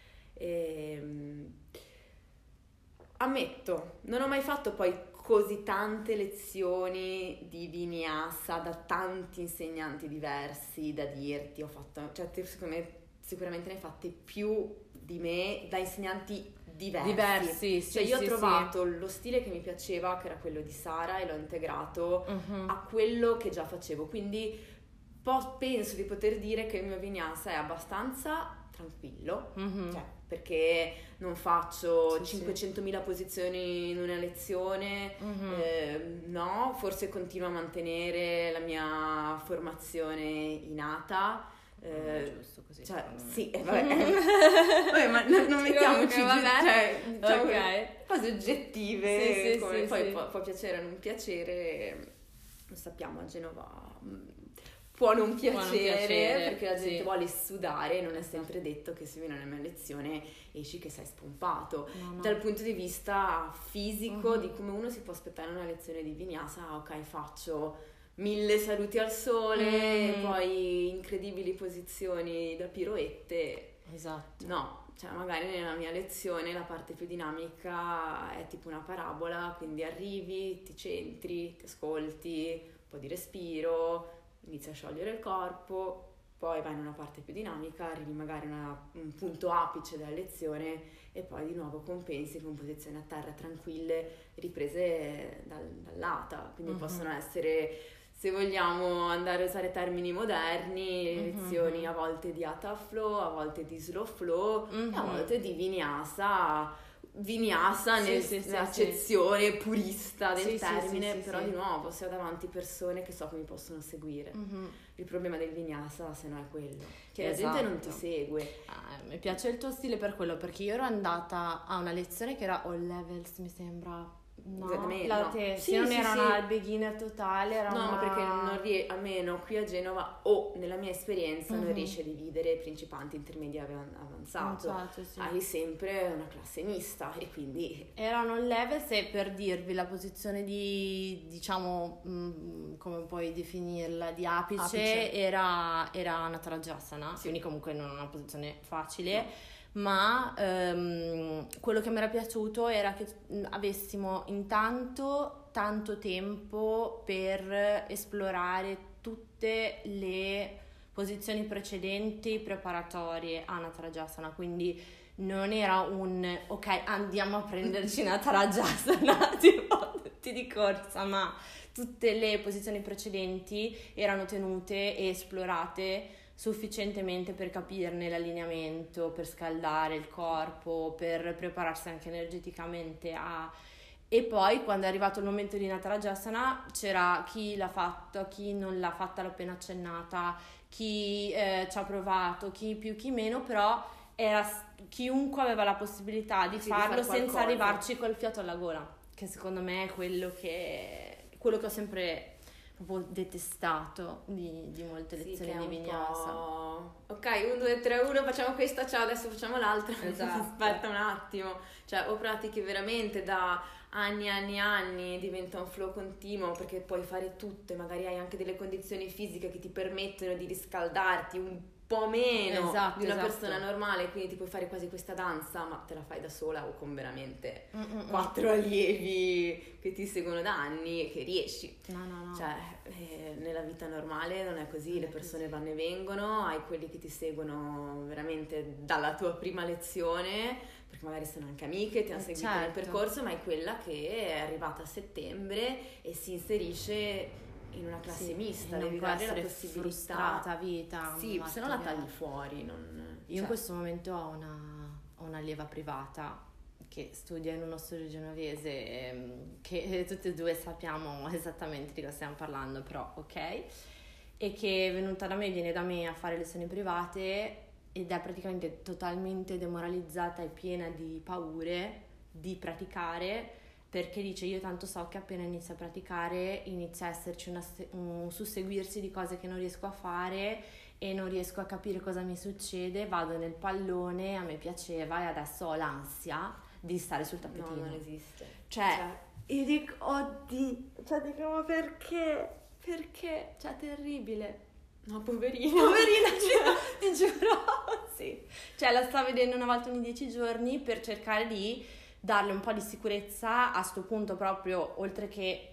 ammetto, non ho mai fatto poi così tante lezioni di vinyasa da tanti insegnanti diversi da dirti, ho fatto, cioè te sicuramente ne hai fatte più di me da insegnanti diversi. Cioè io ho trovato lo stile che mi piaceva, che era quello di Sara, e l'ho integrato a quello che già facevo, quindi penso di poter dire che il mio vinyasa è abbastanza tranquillo, cioè, perché non faccio 500.000 posizioni in una lezione, no, forse continuo a mantenere la mia formazione innata, giusto così, cioè vabbè, ma non mettiamoci cioè, diciamo cose oggettive, poi può piacere o non piacere, lo sappiamo, a Genova può non piacere perché la gente vuole sudare, non è sempre detto che se vieni alla mia lezione esci che sei spompato. No. Dal punto di vista fisico, di come uno si può aspettare una lezione di vinyasa, ok, faccio 1000 saluti al sole, poi incredibili posizioni da piroette. Esatto. No, cioè magari nella mia lezione la parte più dinamica è tipo una parabola, quindi arrivi, ti centri, ti ascolti, po' di respiro, inizi a sciogliere il corpo, poi vai in una parte più dinamica, arrivi magari a un punto apice della lezione e poi di nuovo compensi con posizioni a terra tranquille, riprese dall'ata. Quindi possono essere, se vogliamo andare a usare termini moderni, lezioni a volte di hatha flow, a volte di slow flow e a volte di vinyasa nell'accezione purista del termine, però di nuovo se ho davanti persone che so che mi possono seguire. Il problema del vinyasa se no è quello che la gente non ti segue. Mi piace il tuo stile per quello, perché io ero andata a una lezione che era all levels, mi sembra. Non era una beginner totale, era ma perché almeno qui a Genova o nella mia esperienza non riesci a dividere principianti, intermedi e avanzato. Hai sempre una classe mista e quindi erano levels. E per dirvi la posizione di, diciamo, come puoi definirla, di apice. era Natarajasana, quindi comunque non una posizione facile. Ma quello che mi era piaciuto era che avessimo intanto tanto tempo per esplorare tutte le posizioni precedenti preparatorie a Natarajasana, quindi non era un ok andiamo a prenderci Natarajasana tipo tutti di corsa, ma tutte le posizioni precedenti erano tenute e esplorate sufficientemente per capirne l'allineamento, per scaldare il corpo, per prepararsi anche energeticamente E poi quando è arrivato il momento di Natarajasana c'era chi l'ha fatto, chi non l'ha fatta, l'ho appena accennata, chi ci ha provato, chi più, chi meno, però chiunque aveva la possibilità di farlo senza arrivarci col fiato alla gola, che secondo me è quello che ho sempre proprio detestato di molte lezioni di vinyasa. Ok, 1, 2, 3, 1, facciamo questa, ciao, adesso facciamo l'altra. Aspetta un attimo, cioè o pratichi veramente da anni e anni, diventa un flow continuo perché puoi fare tutto e magari hai anche delle condizioni fisiche che ti permettono di riscaldarti un po' meno di una persona normale, quindi ti puoi fare quasi questa danza, ma te la fai da sola o con veramente 4 allievi che ti seguono da anni e che riesci. No. Cioè, nella vita normale non è così, le persone vanno e vengono, hai quelli che ti seguono veramente dalla tua prima lezione, perché magari sono anche amiche, ti hanno seguito nel percorso, ma hai quella che è arrivata a settembre e si inserisce in una classe mista, devi dare la possibilità. Frustrata vita. Sì, se no la tagli fuori. Io in questo momento ho una allieva privata che studia in uno studio genovese, che tutte e due sappiamo esattamente di cosa stiamo parlando, però ok, e che è venuta da me, viene da me a fare lezioni private ed è praticamente totalmente demoralizzata e piena di paure di praticare, perché dice io tanto so che appena inizio a praticare inizia a esserci un susseguirsi di cose che non riesco a fare e non riesco a capire cosa mi succede, vado nel pallone, a me piaceva e adesso ho l'ansia di stare sul tappetino. No, non esiste. Cioè io dico oddio, cioè dico ma perché? Cioè è terribile. No, poverina, ti giuro, sì. Cioè la sto vedendo una volta ogni 10 giorni per cercare di darle un po' di sicurezza a sto punto, proprio oltre che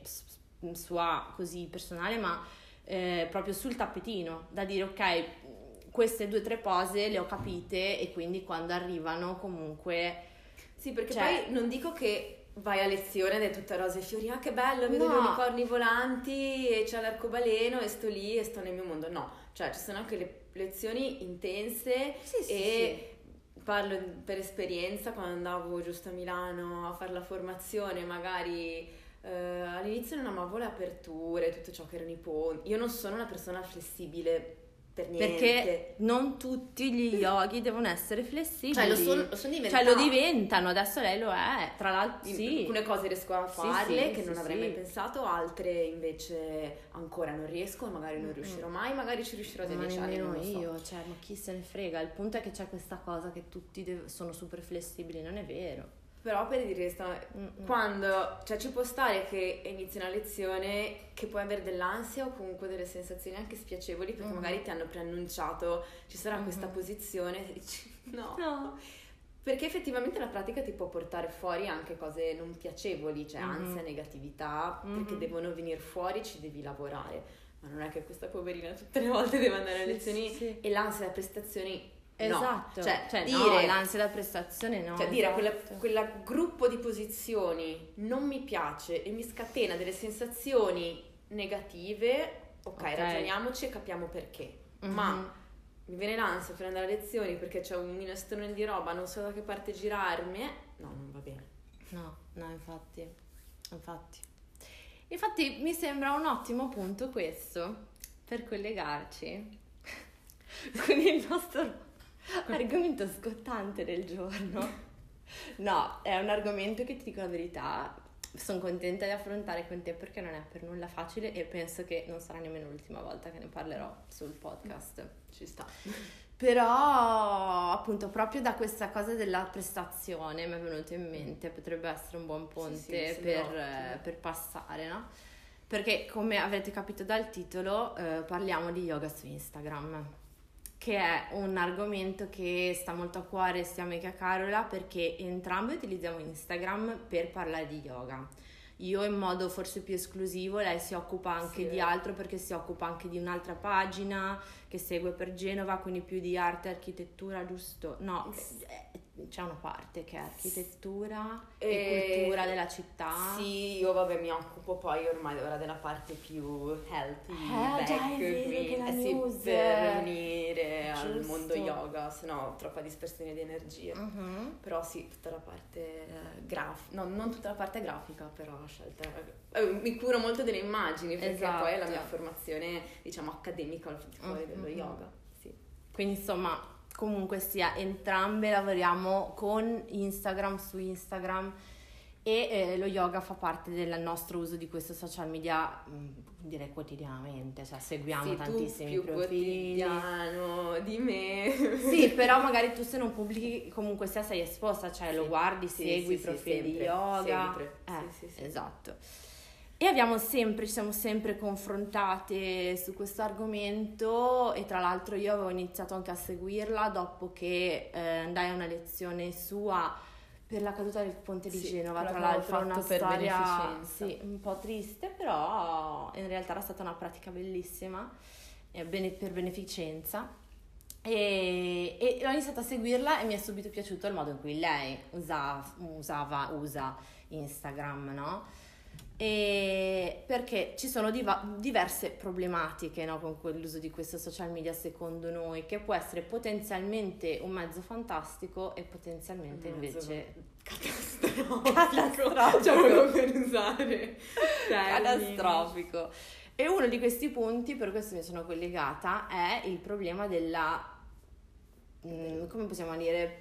sua così personale, ma proprio sul tappetino, da dire ok, queste 2 o 3 pose le ho capite e quindi quando arrivano comunque sì, perché poi non dico che vai a lezione ed è tutta rose e fiori, che bello, vedo gli unicorni volanti e c'è l'arcobaleno e sto lì e sto nel mio mondo. No, cioè ci sono anche le lezioni intense e parlo per esperienza, quando andavo giusto a Milano a fare la formazione, magari all'inizio non amavo le aperture, tutto ciò che erano i ponti. Io non sono una persona flessibile per niente. Perché non tutti gli yogi devono essere flessibili. Cioè lo sono diventati. Cioè lo diventano, adesso lei lo è. Tra l'altro alcune cose riesco a farle che non avrei mai pensato, altre invece ancora non riesco, magari non riuscirò mai, magari ci riuscirò da 10 anni, non lo so. Io, cioè, ma chi se ne frega, il punto è che c'è questa cosa che tutti sono super flessibili, non è vero. Però per dire quando, cioè ci può stare che inizi una lezione che puoi avere dell'ansia o comunque delle sensazioni anche spiacevoli perché magari ti hanno preannunciato ci sarà questa posizione e dici no. Perché effettivamente la pratica ti può portare fuori anche cose non piacevoli, cioè ansia, negatività, perché devono venire fuori, ci devi lavorare. Ma non è che questa poverina tutte le volte deve andare alle lezioni e l'ansia da prestazioni. Esatto, No. Cioè dire, no, l'ansia da prestazione no. Cioè dire quel gruppo di posizioni non mi piace e mi scatena delle sensazioni negative, ok, ragioniamoci e capiamo perché. Ma mi viene l'ansia per andare a lezioni perché c'è un minestrone di roba, non so da che parte girarmi, no, non va bene. No, infatti. Infatti mi sembra un ottimo punto questo per collegarci con il nostro argomento scottante del giorno. No, è un argomento che, ti dico la verità, sono contenta di affrontare con te perché non è per nulla facile e penso che non sarà nemmeno l'ultima volta che ne parlerò sul podcast. Ci sta. Però appunto proprio da questa cosa della prestazione mi è venuto in mente, potrebbe essere un buon ponte per passare, no? Perché come avrete capito dal titolo parliamo di yoga su Instagram, che è un argomento che sta molto a cuore sia a me che a Carola, perché entrambi utilizziamo Instagram per parlare di yoga. Io in modo forse più esclusivo, lei si occupa anche di altro perché si occupa anche di un'altra pagina che segue per Genova, quindi più di arte e architettura, giusto? No, c'è una parte che è architettura e cultura della città. Sì, io vabbè mi occupo poi ormai ora della parte più healthy, news per venire al mondo yoga, se no troppa dispersione di energie. Però sì, tutta la parte grafica, no, non tutta la parte grafica, però ho scelta. Mi curo molto delle immagini perché poi è la mia formazione, diciamo, accademica dello yoga. Sì. Quindi insomma, comunque sia, entrambe lavoriamo con Instagram, su Instagram, e lo yoga fa parte del nostro uso di questo social media, direi quotidianamente, cioè seguiamo tantissimi tu più profili. Quotidiano di me. Sì, però magari tu se non pubblichi comunque sia sei esposta, cioè lo guardi, segui i profili di yoga. Sempre. Esatto. E ci siamo sempre confrontate su questo argomento e tra l'altro io avevo iniziato anche a seguirla dopo che andai a una lezione sua per la caduta del ponte di Genova, tra l'altro una storia un po' triste, però in realtà era stata una pratica bellissima per beneficenza e ho iniziato a seguirla e mi è subito piaciuto il modo in cui lei usa Instagram, no? E perché ci sono diverse problematiche, no, con l'uso di questo social media secondo noi, che può essere potenzialmente un mezzo fantastico e potenzialmente invece catastrofico, cioè per usare catastrofico. E uno di questi punti, per questo mi sono collegata, è il problema della come possiamo dire,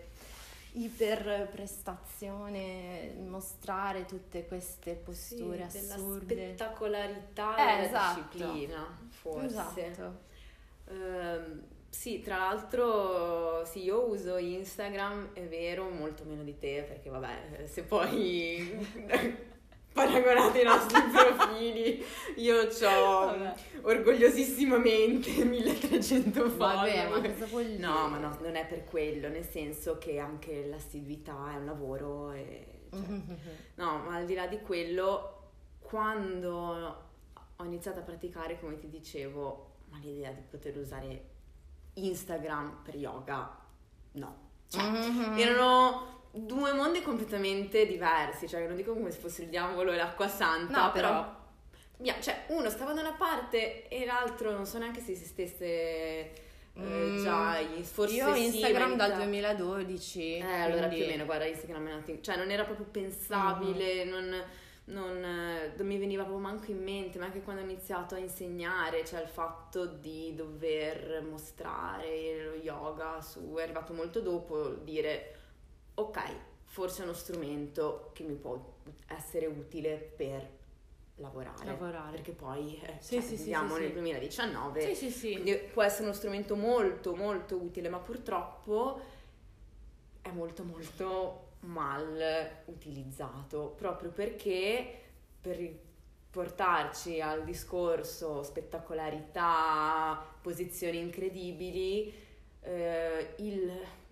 iperprestazione, mostrare tutte queste posture assurde, della spettacolarità della esatto. disciplina, forse. Esatto. Sì, tra l'altro sì, io uso Instagram, è vero, molto meno di te, perché vabbè, se poi paragonate i nostri profili, io c'ho orgogliosissimamente 1300 follower. Vabbè, ma cosa vuol dire? No, ma no, non è per quello, nel senso che anche l'assiduità è un lavoro no, ma al di là di quello, quando ho iniziato a praticare, come ti dicevo, ma l'idea di poter usare Instagram per yoga, no. Cioè, erano due mondi completamente diversi, cioè non dico come se fosse il diavolo e l'acqua santa, no, però cioè uno stava da una parte e l'altro non so neanche se esistesse già, forse io Instagram sì, dal 2012 allora più o meno, guarda, Instagram è nato, cioè non era proprio pensabile, non mi veniva proprio manco in mente, ma anche quando ho iniziato a insegnare, cioè il fatto di dover mostrare lo yoga è arrivato molto dopo, dire ok, forse è uno stromento che mi può essere utile per lavorare. Perché poi siamo nel 2019, quindi può essere uno strumento molto molto utile, ma purtroppo è molto molto mal utilizzato, proprio perché per portarci al discorso spettacolarità, posizioni incredibili, il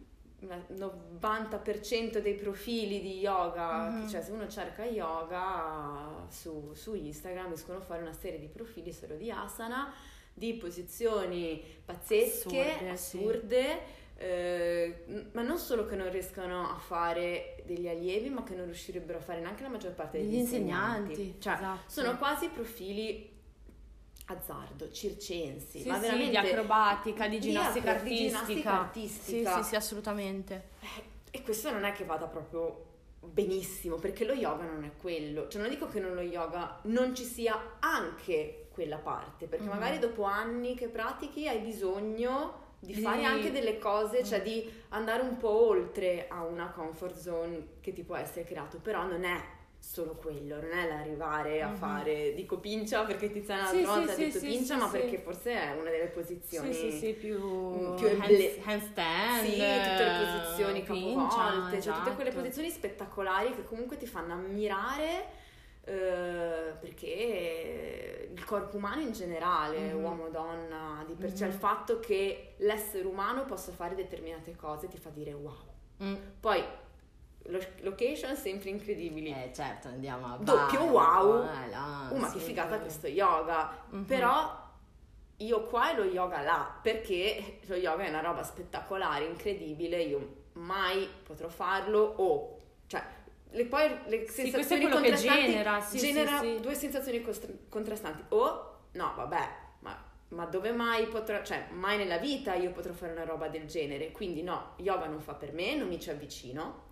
90% dei profili di yoga, cioè se uno cerca yoga su Instagram escono fuori una serie di profili solo di asana, di posizioni pazzesche, assurde. Ma non solo che non riescono a fare degli allievi, ma che non riuscirebbero a fare neanche la maggior parte degli insegnanti. Cioè, sono quasi profili azzardo, circensi, ma veramente di acrobatica, di ginnastica artistica. Di ginnastica artistica. Sì, assolutamente. E questo non è che vada proprio benissimo, perché lo yoga non è quello. Cioè non dico che nello yoga non ci sia anche quella parte, perché magari dopo anni che pratichi hai bisogno di fare anche delle cose, cioè di andare un po' oltre a una comfort zone che ti può essere creato, però non è solo quello, non è l'arrivare a fare, dico pincia perché Tiziana l'altra volta ha detto pincia, ma perché forse è una delle posizioni più tutte handstand, le posizioni pincia, capovolte, cioè tutte quelle posizioni spettacolari che comunque ti fanno ammirare, perché il corpo umano in generale, uomo, donna, cioè il fatto che l'essere umano possa fare determinate cose ti fa dire wow. Poi location sempre incredibili, certo, andiamo a doppio wow, ma che sì, figata questo yoga, però io qua e lo yoga là, perché lo yoga è una roba spettacolare, incredibile, io mai potrò farlo, cioè poi le sensazioni contrastanti genera due sensazioni contrastanti, no vabbè, ma dove mai potrò, cioè mai nella vita io potrò fare una roba del genere, quindi no, yoga non fa per me, non mi ci avvicino,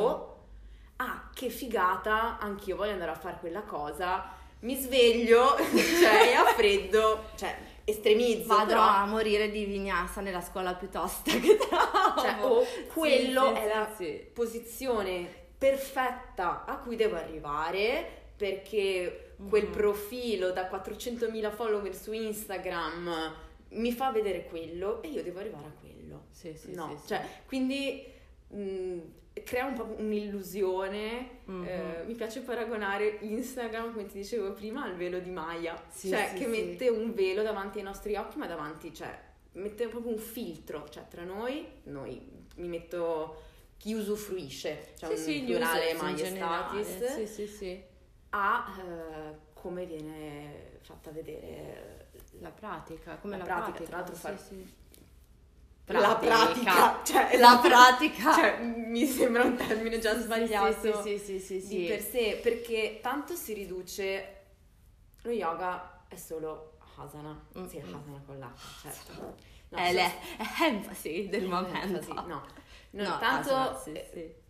che figata, anch'io voglio andare a fare quella cosa, mi sveglio, cioè a freddo, cioè estremizzo, vado però a morire di vinyasa nella scuola più tosta che trovo, cioè quello è la posizione perfetta a cui devo arrivare, perché quel profilo da 400.000 follower su Instagram mi fa vedere quello e io devo arrivare a quello. Cioè, quindi crea un po' un'illusione. Mi piace paragonare Instagram, come ti dicevo prima, al velo di Maya, che mette un velo davanti ai nostri occhi, ma davanti, cioè mette proprio un filtro, cioè tra noi mi metto chi usufruisce, cioè un plurale majestatis, a come viene fatta vedere la pratica, come la pratica, tra l'altro la pratica, cioè mi sembra un termine già sbagliato sì. Di per sé, perché tanto si riduce, lo yoga è solo asana, asana con l'H, certo, è l'enfasi del momento, tanto asana,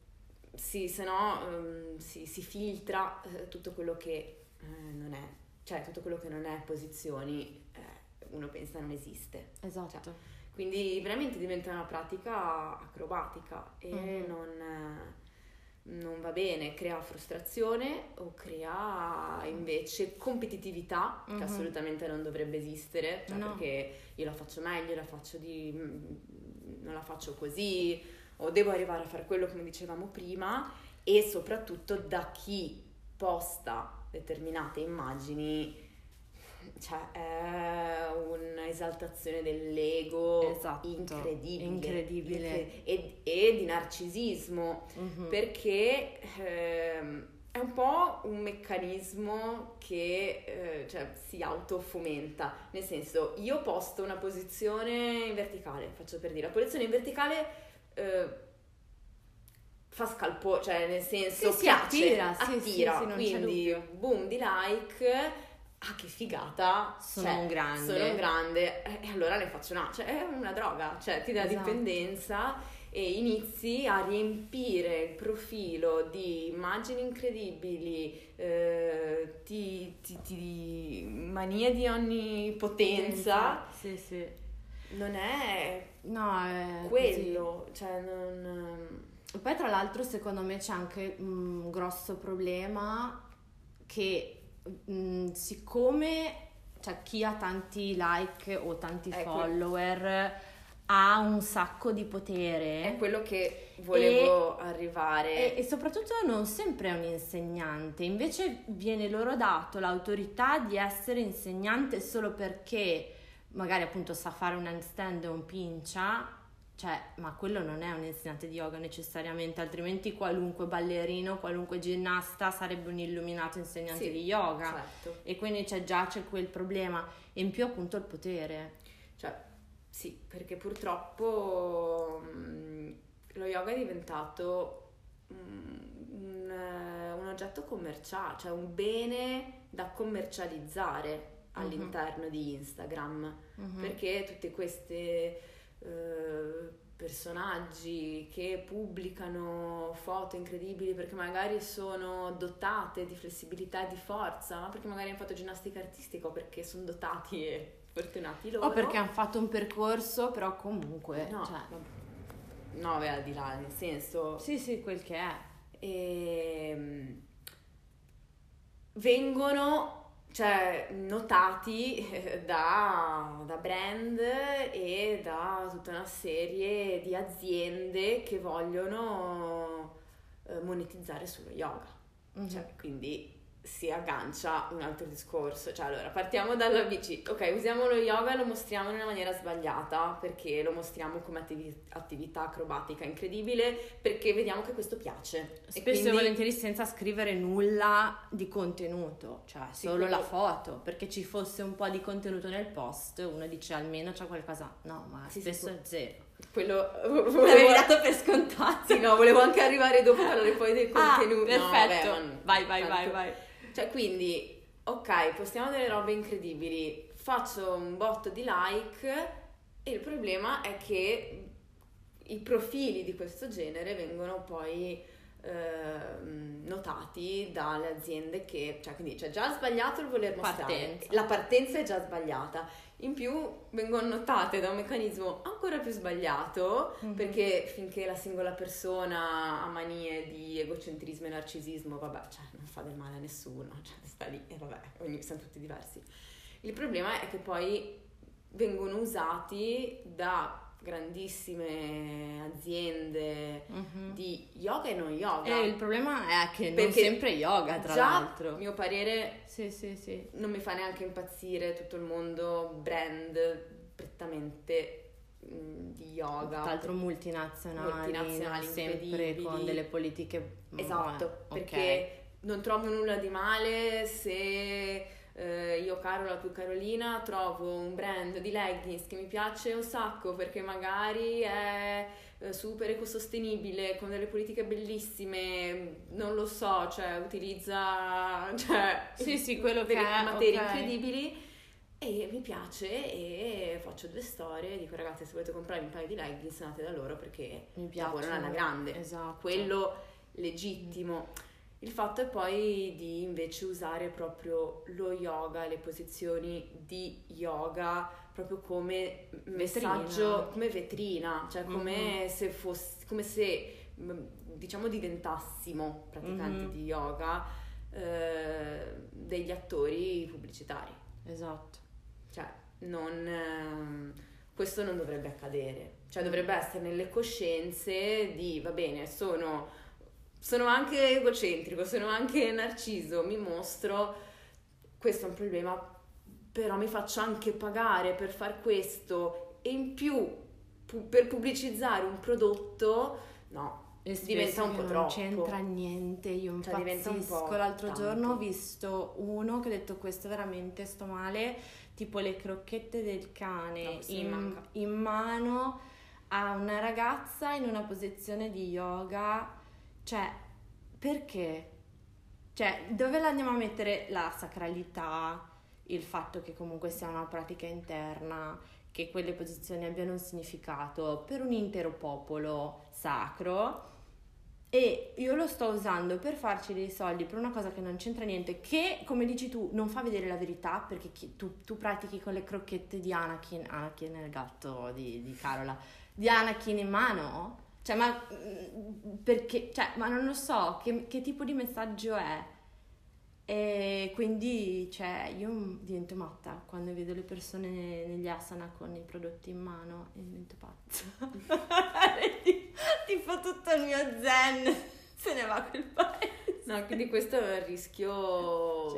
se no si filtra tutto quello che non è, cioè tutto quello che non è posizioni, uno pensa non esiste. Esatto. Cioè, quindi veramente diventa una pratica acrobatica e non va bene, crea frustrazione o crea invece competitività, che assolutamente non dovrebbe esistere, cioè perché io la faccio meglio, non la faccio così, o devo arrivare a fare quello come dicevamo prima, e soprattutto da chi posta determinate immagini, cioè è un'esaltazione dell'ego incredibile e di narcisismo, perché è un po' un meccanismo che cioè, si autofomenta, nel senso, io posto una posizione in verticale, faccio per dire, la posizione in verticale fa scalpo, cioè nel senso piace, attira, quindi boom di like, che figata, sono un grande, e allora ne faccio cioè è una droga, cioè ti dà dipendenza e inizi a riempire il profilo di immagini incredibili, manie di onnipotenza. Non è quello, così. Cioè non... Poi tra l'altro secondo me c'è anche un grosso problema che siccome chi ha tanti like o tanti follower ha un sacco di potere, è quello che volevo arrivare, e soprattutto non sempre è un insegnante, invece viene loro dato l'autorità di essere insegnante solo perché magari appunto sa fare un handstand o un pincia, cioè, ma quello non è un insegnante di yoga necessariamente, altrimenti qualunque ballerino, qualunque ginnasta sarebbe un illuminato insegnante di yoga. Certo. E quindi c'è quel problema. E in più appunto il potere. Cioè, sì, perché purtroppo lo yoga è diventato un oggetto commerciale, cioè un bene da commercializzare all'interno di Instagram, perché tutte queste personaggi che pubblicano foto incredibili perché magari sono dotate di flessibilità e di forza, ma perché magari hanno fatto ginnastica artistica o perché sono dotati e fortunati loro, O perché hanno fatto un percorso, però comunque... no, cioè... no, beh, al di là, nel senso... Sì, quel che è. Vengono, cioè, notati da brand e da tutta una serie di aziende che vogliono monetizzare sullo yoga. Cioè, quindi si aggancia un altro discorso. Cioè, allora, partiamo dalla bici. Ok, usiamo lo yoga e lo mostriamo in una maniera sbagliata, perché lo mostriamo come attività acrobatica incredibile, perché vediamo che questo piace. Spesso e volentieri senza scrivere nulla di contenuto, cioè solo la foto, perché ci fosse un po' di contenuto nel post, uno dice almeno c'è qualcosa. No, ma spesso è zero. Quello l'avevi dato per scontato. Sì, no, volevo anche arrivare dopo a parlare poi dei contenuti. Perfetto. No, vabbè, vai. Cioè, quindi, ok, postiamo delle robe incredibili, faccio un botto di like e il problema è che i profili di questo genere vengono poi notati dalle aziende che, cioè, quindi c'è già sbagliato il voler mostrare, la partenza è già sbagliata, in più vengono notate da un meccanismo ancora più sbagliato, perché finché la singola persona ha manie di egocentrismo e narcisismo, vabbè, cioè non fa del male a nessuno, cioè sta lì e vabbè, siamo tutti diversi. Il problema è che poi vengono usati da grandissime aziende di yoga e non yoga. E il problema è che non sempre yoga, tra l'altro. A mio parere, sì. non mi fa neanche impazzire tutto il mondo brand prettamente di yoga. Tra l'altro multinazionali sempre con delle politiche. Esatto, perché non trovo nulla di male se io, Carola, tu Carolina, trovo un brand di leggings che mi piace un sacco perché magari è super ecosostenibile, con delle politiche bellissime, non lo so, cioè utilizza quello che è materie incredibili e mi piace e faccio 2 storie e dico ragazzi, se volete comprare un paio di leggings andate da loro perché mi piacciono lavorano alla grande. Esatto. Quello legittimo. Il fatto è poi di invece usare proprio lo yoga, le posizioni di yoga proprio come messaggio, come vetrina, cioè come se diciamo diventassimo praticanti di yoga degli attori pubblicitari. Esatto. Cioè questo non dovrebbe accadere, cioè dovrebbe essere nelle coscienze di va bene, sono anche egocentrico, sono anche narciso, mi mostro, questo è un problema, però mi faccio anche pagare per far questo e in più per pubblicizzare un prodotto, no, diventa un po' troppo. Non c'entra niente, io impazzisco. L'altro giorno ho visto uno che ha detto questo veramente sto male, tipo le crocchette del cane in mano a una ragazza in una posizione di yoga. Cioè, perché? Cioè, dove la andiamo a mettere la sacralità, il fatto che comunque sia una pratica interna, che quelle posizioni abbiano un significato per un intero popolo sacro, e io lo sto usando per farci dei soldi per una cosa che non c'entra niente, che, come dici tu, non fa vedere la verità, perché tu pratichi con le crocchette di Anakin è il gatto di Carola, di Anakin in mano? Cioè, ma perché? Cioè, ma non lo so, che tipo di messaggio è? E quindi, cioè, io divento matta quando vedo le persone negli asana con i prodotti in mano e divento pazza. Tipo tutto il mio zen se ne va a quel paese. No, quindi questo è un rischio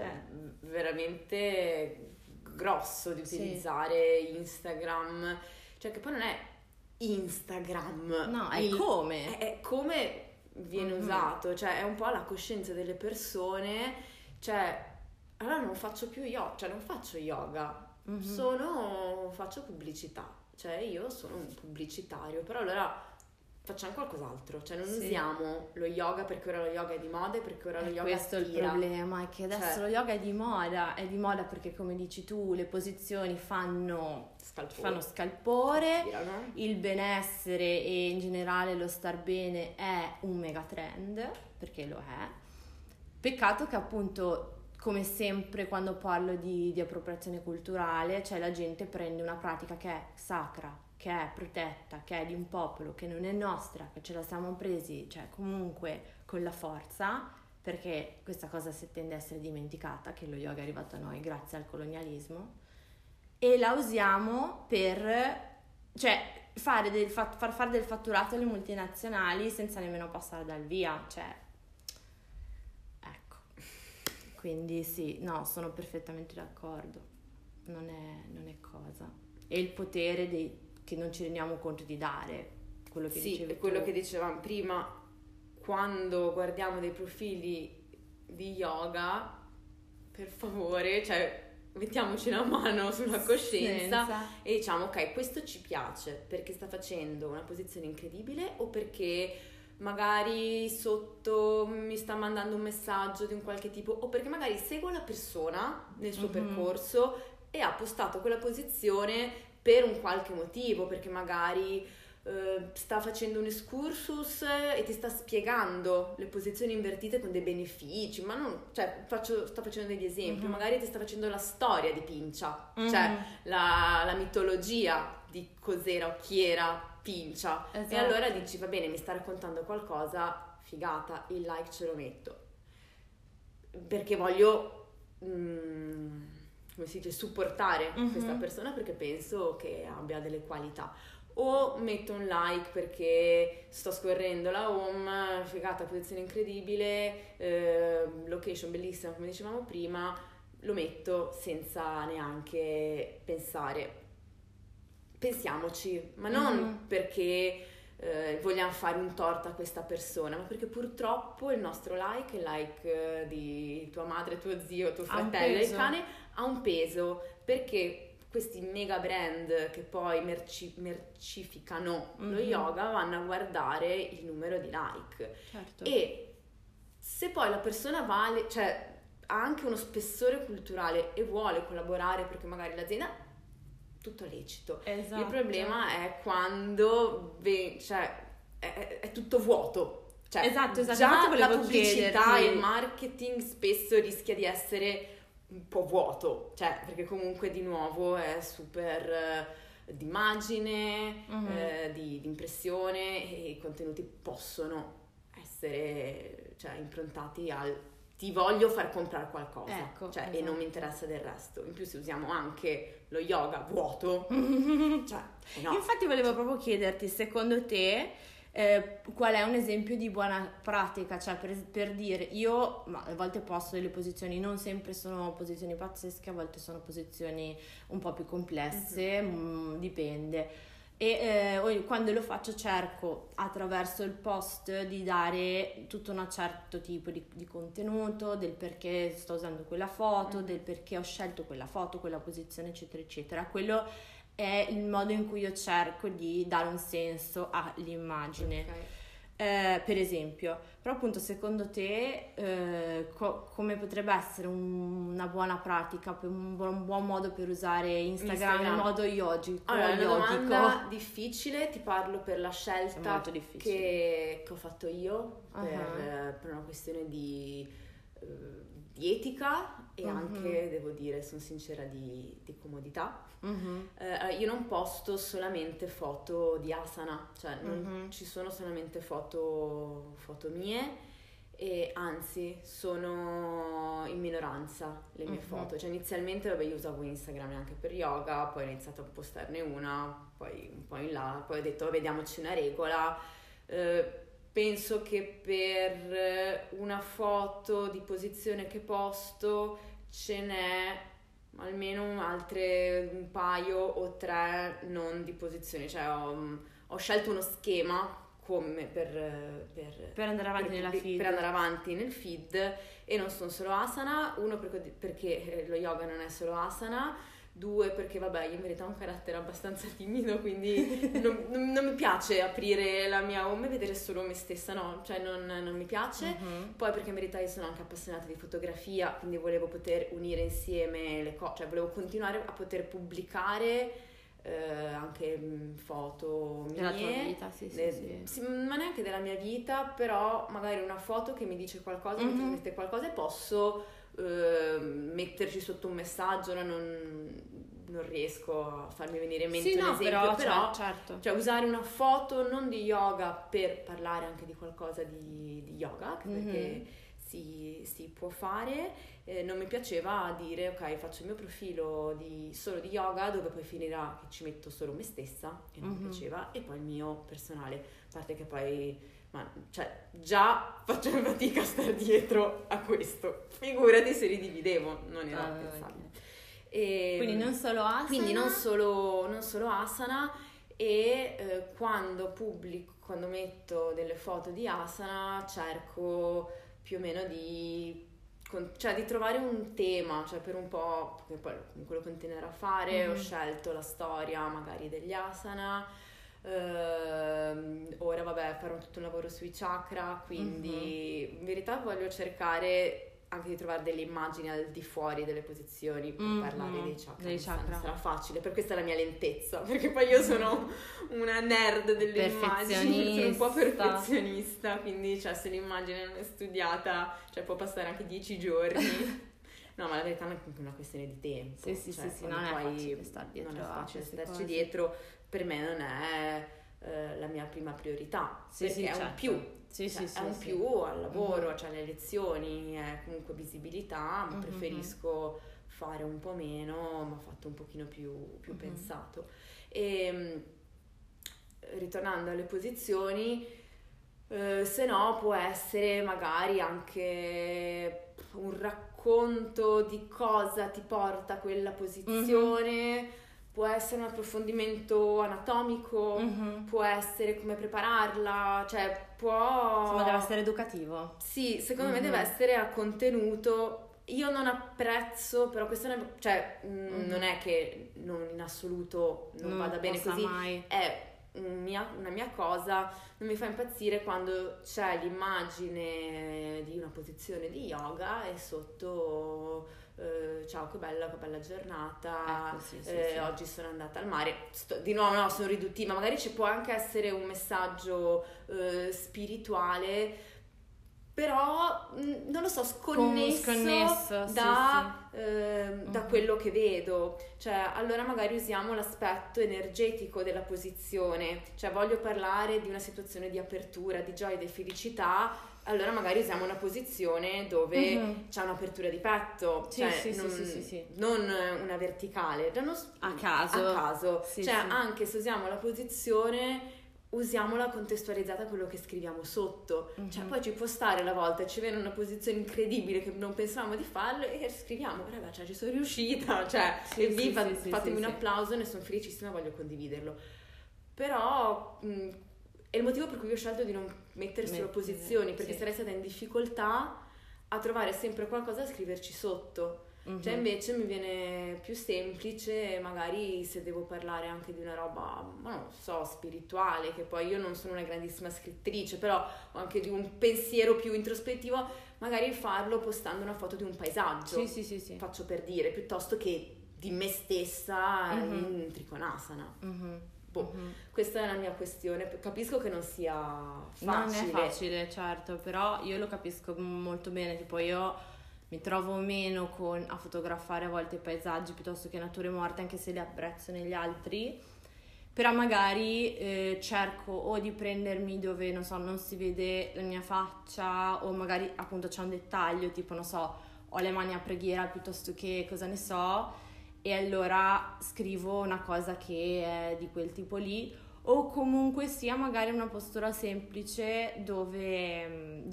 veramente grosso di utilizzare Instagram, cioè che poi non è Instagram. No, è come. È come viene usato, cioè è un po' la coscienza delle persone, cioè allora non faccio più yoga, cioè non faccio yoga, faccio pubblicità, cioè io sono un pubblicitario, però allora facciamo qualcos'altro, cioè non usiamo lo yoga perché ora lo yoga è di moda e perché ora lo yoga questo attira. È il problema, è che adesso lo yoga è di moda perché come dici tu le posizioni fanno scalpore, attirano. Il benessere e in generale lo star bene è un mega trend, perché lo è. Peccato che appunto come sempre quando parlo di appropriazione culturale, cioè la gente prende una pratica che è sacra, che è protetta, che è di un popolo, che non è nostra, che ce la siamo presi, cioè comunque con la forza, perché questa cosa si tende a essere dimenticata, che lo yoga è arrivato a noi grazie al colonialismo, e la usiamo per, cioè, far fare del fatturato alle multinazionali senza nemmeno passare dal via, cioè, ecco. Quindi sì, no, sono perfettamente d'accordo, non è cosa. E il potere che non ci rendiamo conto di dare, quello che dicevi è quello che dicevamo prima, quando guardiamo dei profili di yoga, per favore, cioè mettiamoci la mano sulla coscienza e diciamo ok, questo ci piace perché sta facendo una posizione incredibile o perché magari sotto mi sta mandando un messaggio di un qualche tipo o perché magari seguo la persona nel suo percorso e ha postato quella posizione per un qualche motivo, perché magari sta facendo un excursus e ti sta spiegando le posizioni invertite con dei benefici, ma non, cioè sto facendo degli esempi, magari ti sta facendo la storia di Pincia, cioè la mitologia di cos'era o chi era Pincia, e allora dici va bene, mi sta raccontando qualcosa, figata, il like ce lo metto perché voglio come si dice, supportare questa persona perché penso che abbia delle qualità, o metto un like perché sto scorrendo la home, figata, posizione incredibile, location bellissima come dicevamo prima, lo metto senza neanche pensare. Pensiamoci, ma non perché vogliamo fare un torto a questa persona, ma perché purtroppo il nostro like, il like di tua madre, tuo zio, tuo fratello, il cane, ha un peso, perché questi mega brand che poi mercificano lo yoga vanno a guardare il numero di like. Certo. E se poi la persona vale, cioè ha anche uno spessore culturale e vuole collaborare perché magari l'azienda, tutto lecito. Esatto. Il problema è quando è tutto vuoto. Cioè, esatto. Già la pubblicità e il marketing spesso rischia di essere un po' vuoto, cioè perché comunque di nuovo è super d'immagine, di impressione, e i contenuti possono essere improntati al ti voglio far comprare qualcosa, ecco, e non mi interessa del resto. In più se usiamo anche lo yoga vuoto, no. Infatti volevo proprio chiederti, secondo te qual è un esempio di buona pratica, cioè per dire, io a volte posto delle posizioni, non sempre sono posizioni pazzesche, a volte sono posizioni un po' più complesse, dipende. E quando lo faccio cerco attraverso il post di dare tutto un certo tipo di contenuto, del perché sto usando quella foto, del perché ho scelto quella foto, quella posizione, eccetera eccetera. Quello è il modo in cui io cerco di dare un senso all'immagine. Okay. Per esempio, però appunto secondo te come potrebbe essere una buona pratica, un buon modo per usare Instagram in modo yogico? Allora, è una domanda difficile, ti parlo per la scelta che ho fatto io, per una questione di etica e anche, devo dire, sono sincera, di comodità. Io non posto solamente foto di asana, cioè non ci sono solamente foto mie, e anzi sono in minoranza le mie foto. Cioè inizialmente io usavo Instagram anche per yoga, poi ho iniziato a postarne una, poi un po' in là, poi ho detto vediamoci una regola. Penso che per una foto di posizione che posto ce n'è almeno altre un paio o tre non di posizione, cioè ho ho scelto uno schema come per andare avanti nella feed. Per andare avanti nel feed, e non sono solo asana. Uno, perché lo yoga non è solo asana. Due, perché vabbè, io in verità ho un carattere abbastanza timido, quindi non mi piace aprire la mia home e vedere solo me stessa, no, cioè non mi piace. Poi perché in verità io sono anche appassionata di fotografia, quindi volevo poter unire insieme le cose, cioè volevo continuare a poter pubblicare anche foto mie, della tua vita, sì. ma neanche della mia vita, però magari una foto che mi dice qualcosa, mi trasmette qualcosa, e posso metterci sotto un messaggio. Non riesco a farmi venire in mente un esempio, però certo. Cioè usare una foto non di yoga per parlare anche di qualcosa di yoga, perché si può fare. Non mi piaceva dire ok, faccio il mio profilo solo di yoga, dove poi finirà che ci metto solo me stessa, e non mi piaceva, e poi il mio personale, a parte che poi cioè già faccio fatica a stare dietro a questo, figurati se li dividevo, non era pensabile. Quindi non solo asana, non solo asana. E quando metto delle foto di asana, cerco più o meno di trovare un tema, cioè per un po', perché poi comunque lo continuerò a fare. Ho scelto la storia magari degli asana. Ora vabbè, farò tutto un lavoro sui chakra, quindi in verità voglio cercare anche di trovare delle immagini al di fuori delle posizioni per parlare dei chakra. Non sarà facile, per questa è la mia lentezza, perché poi io sono una nerd delle immagini, sono un po' perfezionista, quindi cioè se l'immagine non è studiata, cioè può passare anche 10 giorni. No, ma la verità è una questione di tempo. Sì, non è facile star dietro. Non è facile starci dietro. Per me non è la mia prima priorità, perché è un più. È un più al lavoro, cioè le lezioni, è comunque visibilità, ma preferisco fare un po' meno, ma fatto un pochino più pensato. E ritornando alle posizioni, se no può essere magari anche un racconto di cosa ti porta a quella posizione. Può essere un approfondimento anatomico, può essere come prepararla, cioè può... Insomma, deve essere educativo. Sì, secondo me deve essere a contenuto. Io non apprezzo, però questo non è che in assoluto non vada bene così, mai. È una mia cosa. Non mi fa impazzire quando c'è l'immagine di una posizione di yoga e sotto... ciao, che bella giornata, ecco, oggi sono andata al mare. Di nuovo no, sono riduttiva, magari ci può anche essere un messaggio spirituale, però non lo so, sconnesso da quello che vedo. Cioè allora magari usiamo l'aspetto energetico della posizione, cioè voglio parlare di una situazione di apertura, di gioia e di felicità. Allora magari usiamo una posizione dove c'è un'apertura di petto, non una verticale, a caso. Anche se usiamo la posizione, usiamola contestualizzata a quello che scriviamo sotto. Cioè poi ci può stare la volta, ci viene una posizione incredibile che non pensavamo di farlo e scriviamo, raga, cioè ci sono riuscita, cioè fatemi un applauso, ne sono felicissima, voglio condividerlo. Però è il motivo per cui ho scelto di non mettere solo posizioni, perché sarei stata in difficoltà a trovare sempre qualcosa da scriverci sotto. Cioè invece mi viene più semplice, magari se devo parlare anche di una roba, non so, spirituale, che poi io non sono una grandissima scrittrice, però ho anche di un pensiero più introspettivo, magari farlo postando una foto di un paesaggio. Sì. Faccio per dire, piuttosto che di me stessa in Trikonasana. Questa è la mia questione. Capisco che non sia facile. Non è facile, certo, però io lo capisco molto bene. Tipo io mi trovo meno a fotografare a volte paesaggi piuttosto che nature morte, anche se le apprezzo negli altri. Però magari cerco o di prendermi dove, non so, non si vede la mia faccia, o magari appunto c'è un dettaglio, tipo, non so, ho le mani a preghiera piuttosto che cosa ne so, e allora scrivo una cosa che è di quel tipo lì, o comunque sia magari una postura semplice dove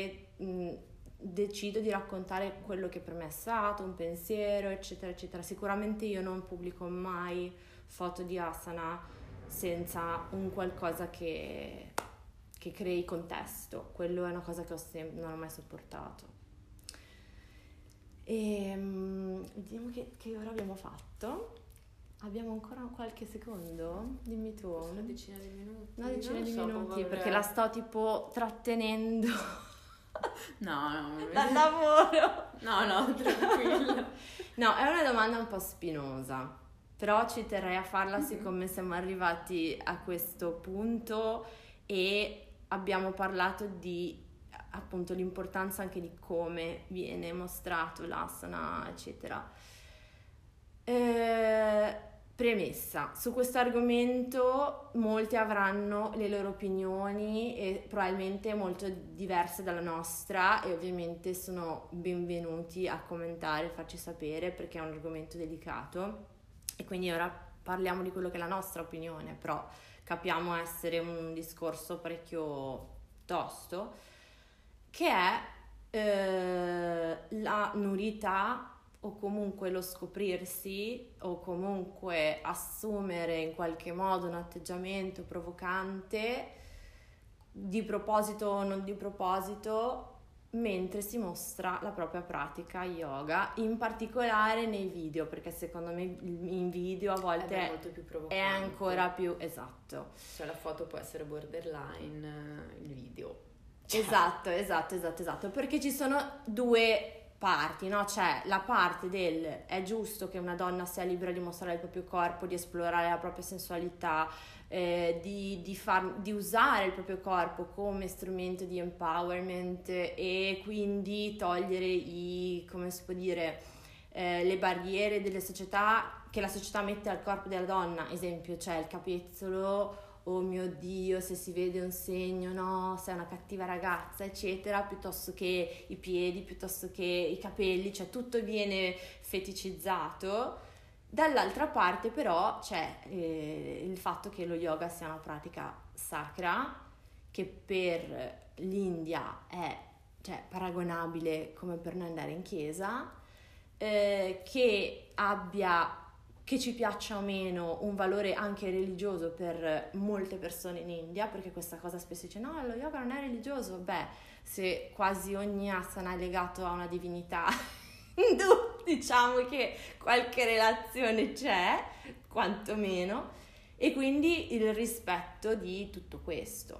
decido di raccontare quello che per me è stato, un pensiero, eccetera eccetera. Sicuramente io non pubblico mai foto di asana senza un qualcosa che crei contesto. Quello è una cosa che non ho mai sopportato. E vediamo che ora abbiamo fatto. Abbiamo ancora qualche secondo? Dimmi tu. Una decina di minuti. Una decina di minuti, perché la sto tipo trattenendo. No. Dal lavoro. No, tranquilla. No, è una domanda un po' spinosa, però ci terrei a farla siccome siamo arrivati a questo punto e abbiamo parlato di appunto l'importanza anche di come viene mostrato l'asana, eccetera. Premessa, su questo argomento molti avranno le loro opinioni e probabilmente molto diverse dalla nostra, e ovviamente sono benvenuti a commentare, farci sapere, perché è un argomento delicato e quindi ora parliamo di quello che è la nostra opinione, però capiamo essere un discorso parecchio tosto, che è la nudità, o comunque lo scoprirsi, o comunque assumere in qualche modo un atteggiamento provocante, di proposito o non di proposito, mentre si mostra la propria pratica yoga, in particolare nei video, perché secondo me in video a volte è molto più provocante, è ancora più esatto. Cioè la foto può essere borderline, il video. Esatto, perché ci sono due parti, no? C'è la parte del è giusto che una donna sia libera di mostrare il proprio corpo, di esplorare la propria sensualità, di usare il proprio corpo come strumento di empowerment e quindi togliere come si può dire, le barriere delle società che la società mette al corpo della donna. Esempio, c'è il capezzolo, oh mio Dio, se si vede un segno, no, sei una cattiva ragazza, eccetera, piuttosto che i piedi, piuttosto che i capelli, cioè tutto viene feticizzato. Dall'altra parte però c'è il fatto che lo yoga sia una pratica sacra, che per l'India è, cioè, paragonabile come per noi andare in chiesa, che abbia, che ci piaccia o meno, un valore anche religioso per molte persone in India, perché questa cosa spesso dice no, lo yoga non è religioso. Beh, se quasi ogni asana è legato a una divinità indù, diciamo che qualche relazione c'è, quantomeno, e quindi il rispetto di tutto questo.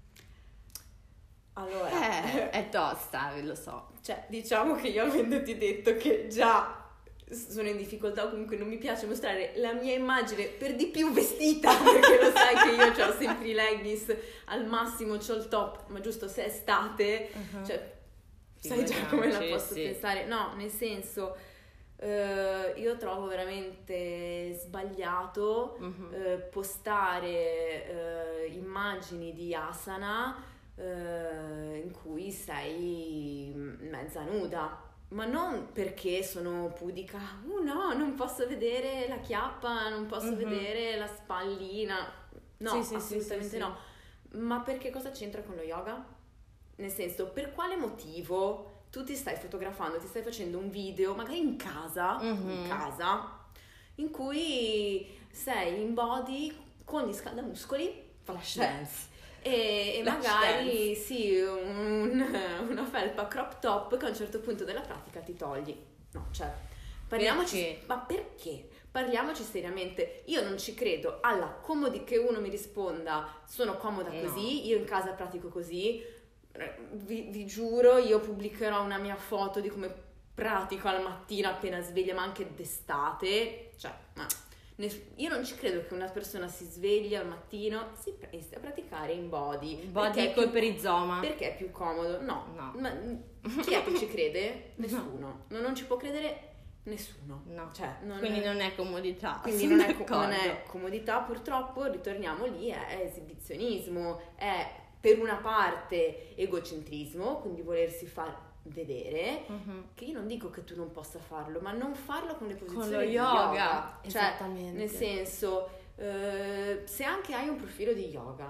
Allora, è tosta, lo so. Cioè, diciamo che io, avendoti detto che già sono in difficoltà, comunque non mi piace mostrare la mia immagine per di più vestita, perché lo sai che io ho sempre i leggings, al massimo c'ho il top, ma giusto se è estate, cioè sai già come la posso pensare. No, nel senso, io trovo veramente sbagliato postare immagini di asana in cui sei mezza nuda. Ma non perché sono pudica, no, non posso vedere la chiappa, non posso vedere la spallina, no, assolutamente no. Ma perché cosa c'entra con lo yoga? Nel senso, per quale motivo tu ti stai fotografando, ti stai facendo un video, magari in casa, in cui sei in body con gli scaldamuscoli, flash dance. E magari sì, una felpa crop top che a un certo punto della pratica ti togli. No, cioè, parliamoci. Ma perché? Parliamoci seriamente. Io non ci credo alla che uno mi risponda sono comoda così, io in casa pratico così. Vi giuro, io pubblicherò una mia foto di come pratico al mattino appena sveglia, ma anche d'estate. Cioè, ma io non ci credo che una persona si sveglia al mattino e si inizi a praticare in body col perizoma perché è più comodo. No. Ma chi è che ci crede? Nessuno. Non ci può credere nessuno. No. Cioè, quindi non è comodità. Quindi non è comodità, purtroppo. Ritorniamo lì, è esibizionismo, è per una parte egocentrismo, quindi volersi far vedere, che io non dico che tu non possa farlo, ma non farlo con le posizioni con lo di yoga. Cioè, nel senso, se anche hai un profilo di yoga,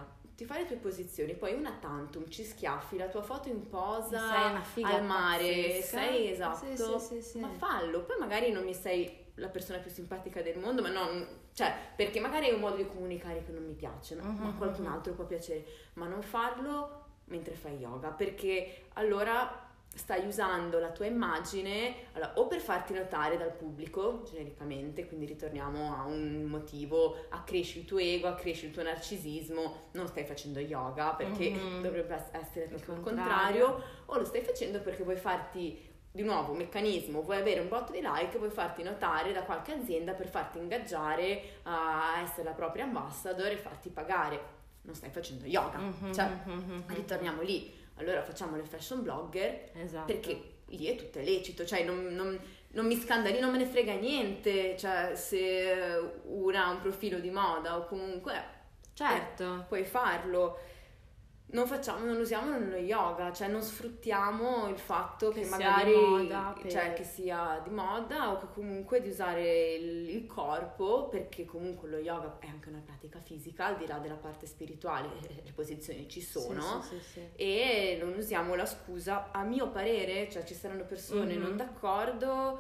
ti fai le tue posizioni, poi una tantum ci schiaffi la tua foto in posa sei una figa al mare, pazzesca. sei esatto, Sì. ma fallo, poi magari non mi sei la persona più simpatica del mondo, ma non, cioè, perché magari è un modo di comunicare che non mi piace, no? Ma a qualcun altro può piacere, ma non farlo mentre fai yoga, perché allora stai usando la tua immagine o per farti notare dal pubblico genericamente, quindi ritorniamo a un motivo, accresci il tuo ego, accresci il tuo narcisismo, non stai facendo yoga perché dovrebbe essere proprio il contrario, o lo stai facendo perché vuoi farti, di nuovo, un meccanismo, vuoi avere un botto di like, vuoi farti notare da qualche azienda per farti ingaggiare a essere la propria ambassador e farti pagare. Non stai facendo yoga, ritorniamo lì. Allora facciamo le fashion blogger, perché lì è tutto lecito, cioè non mi scandali, non me ne frega niente, cioè se una ha un profilo di moda o comunque puoi farlo. Non usiamo lo yoga, cioè non sfruttiamo il fatto che magari che sia di moda o che comunque di usare il corpo, perché comunque lo yoga è anche una pratica fisica, al di là della parte spirituale, le posizioni ci sono, e non usiamo la scusa, a mio parere, cioè ci saranno persone non d'accordo,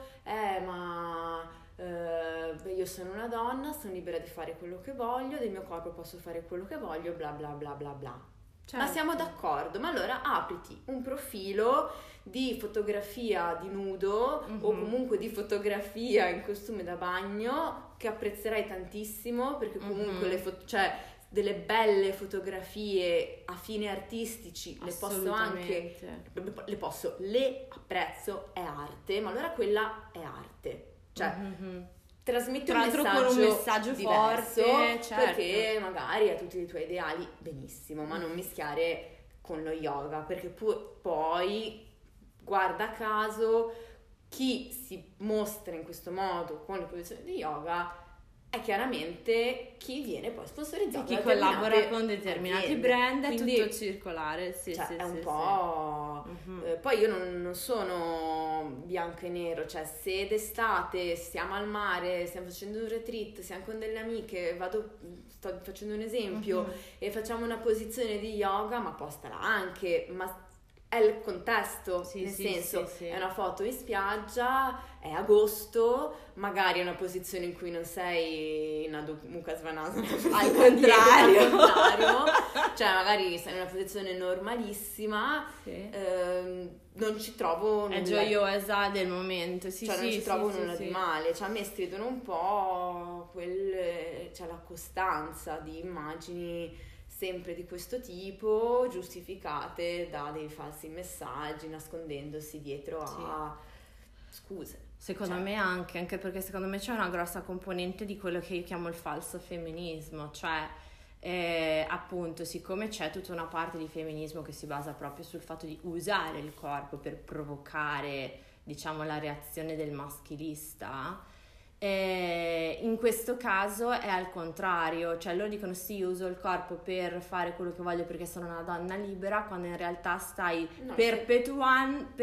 io sono una donna, sono libera di fare quello che voglio, del mio corpo posso fare quello che voglio, bla bla bla bla bla. Ma siamo d'accordo, ma allora apriti un profilo di fotografia di nudo o comunque di fotografia in costume da bagno, che apprezzerai tantissimo, perché comunque delle belle fotografie a fini artistici le apprezzo, è arte, ma allora quella è arte, cioè trasmetti un messaggio diverso, forte, perché magari a tutti i tuoi ideali benissimo, ma non mischiare con lo yoga, perché poi guarda caso chi si mostra in questo modo con le posizioni di yoga è chiaramente chi viene poi sponsorizzato, chi collabora con determinati brand, quindi è tutto circolare, è un po'. Poi io non sono bianco e nero, cioè se d'estate siamo al mare, stiamo facendo un retreat, siamo con delle amiche, sto facendo un esempio, e facciamo una posizione di yoga, ma postala anche, ma è il contesto, nel senso è una foto in spiaggia, è agosto, magari è una posizione in cui non sei in Mukha Svanasana, al contrario, cioè magari sei in una posizione normalissima, non ci trovo nulla, è gioiosa del momento, non ci trovo nulla di male, cioè a me stridono un po' la costanza di immagini sempre di questo tipo, giustificate da dei falsi messaggi, nascondendosi dietro a scuse. Secondo me anche perché secondo me c'è una grossa componente di quello che io chiamo il falso femminismo, cioè appunto, siccome c'è tutta una parte di femminismo che si basa proprio sul fatto di usare il corpo per provocare, diciamo, la reazione del maschilista, in questo caso è al contrario, cioè loro dicono sì, uso il corpo per fare quello che voglio perché sono una donna libera, quando in realtà stai perpetuando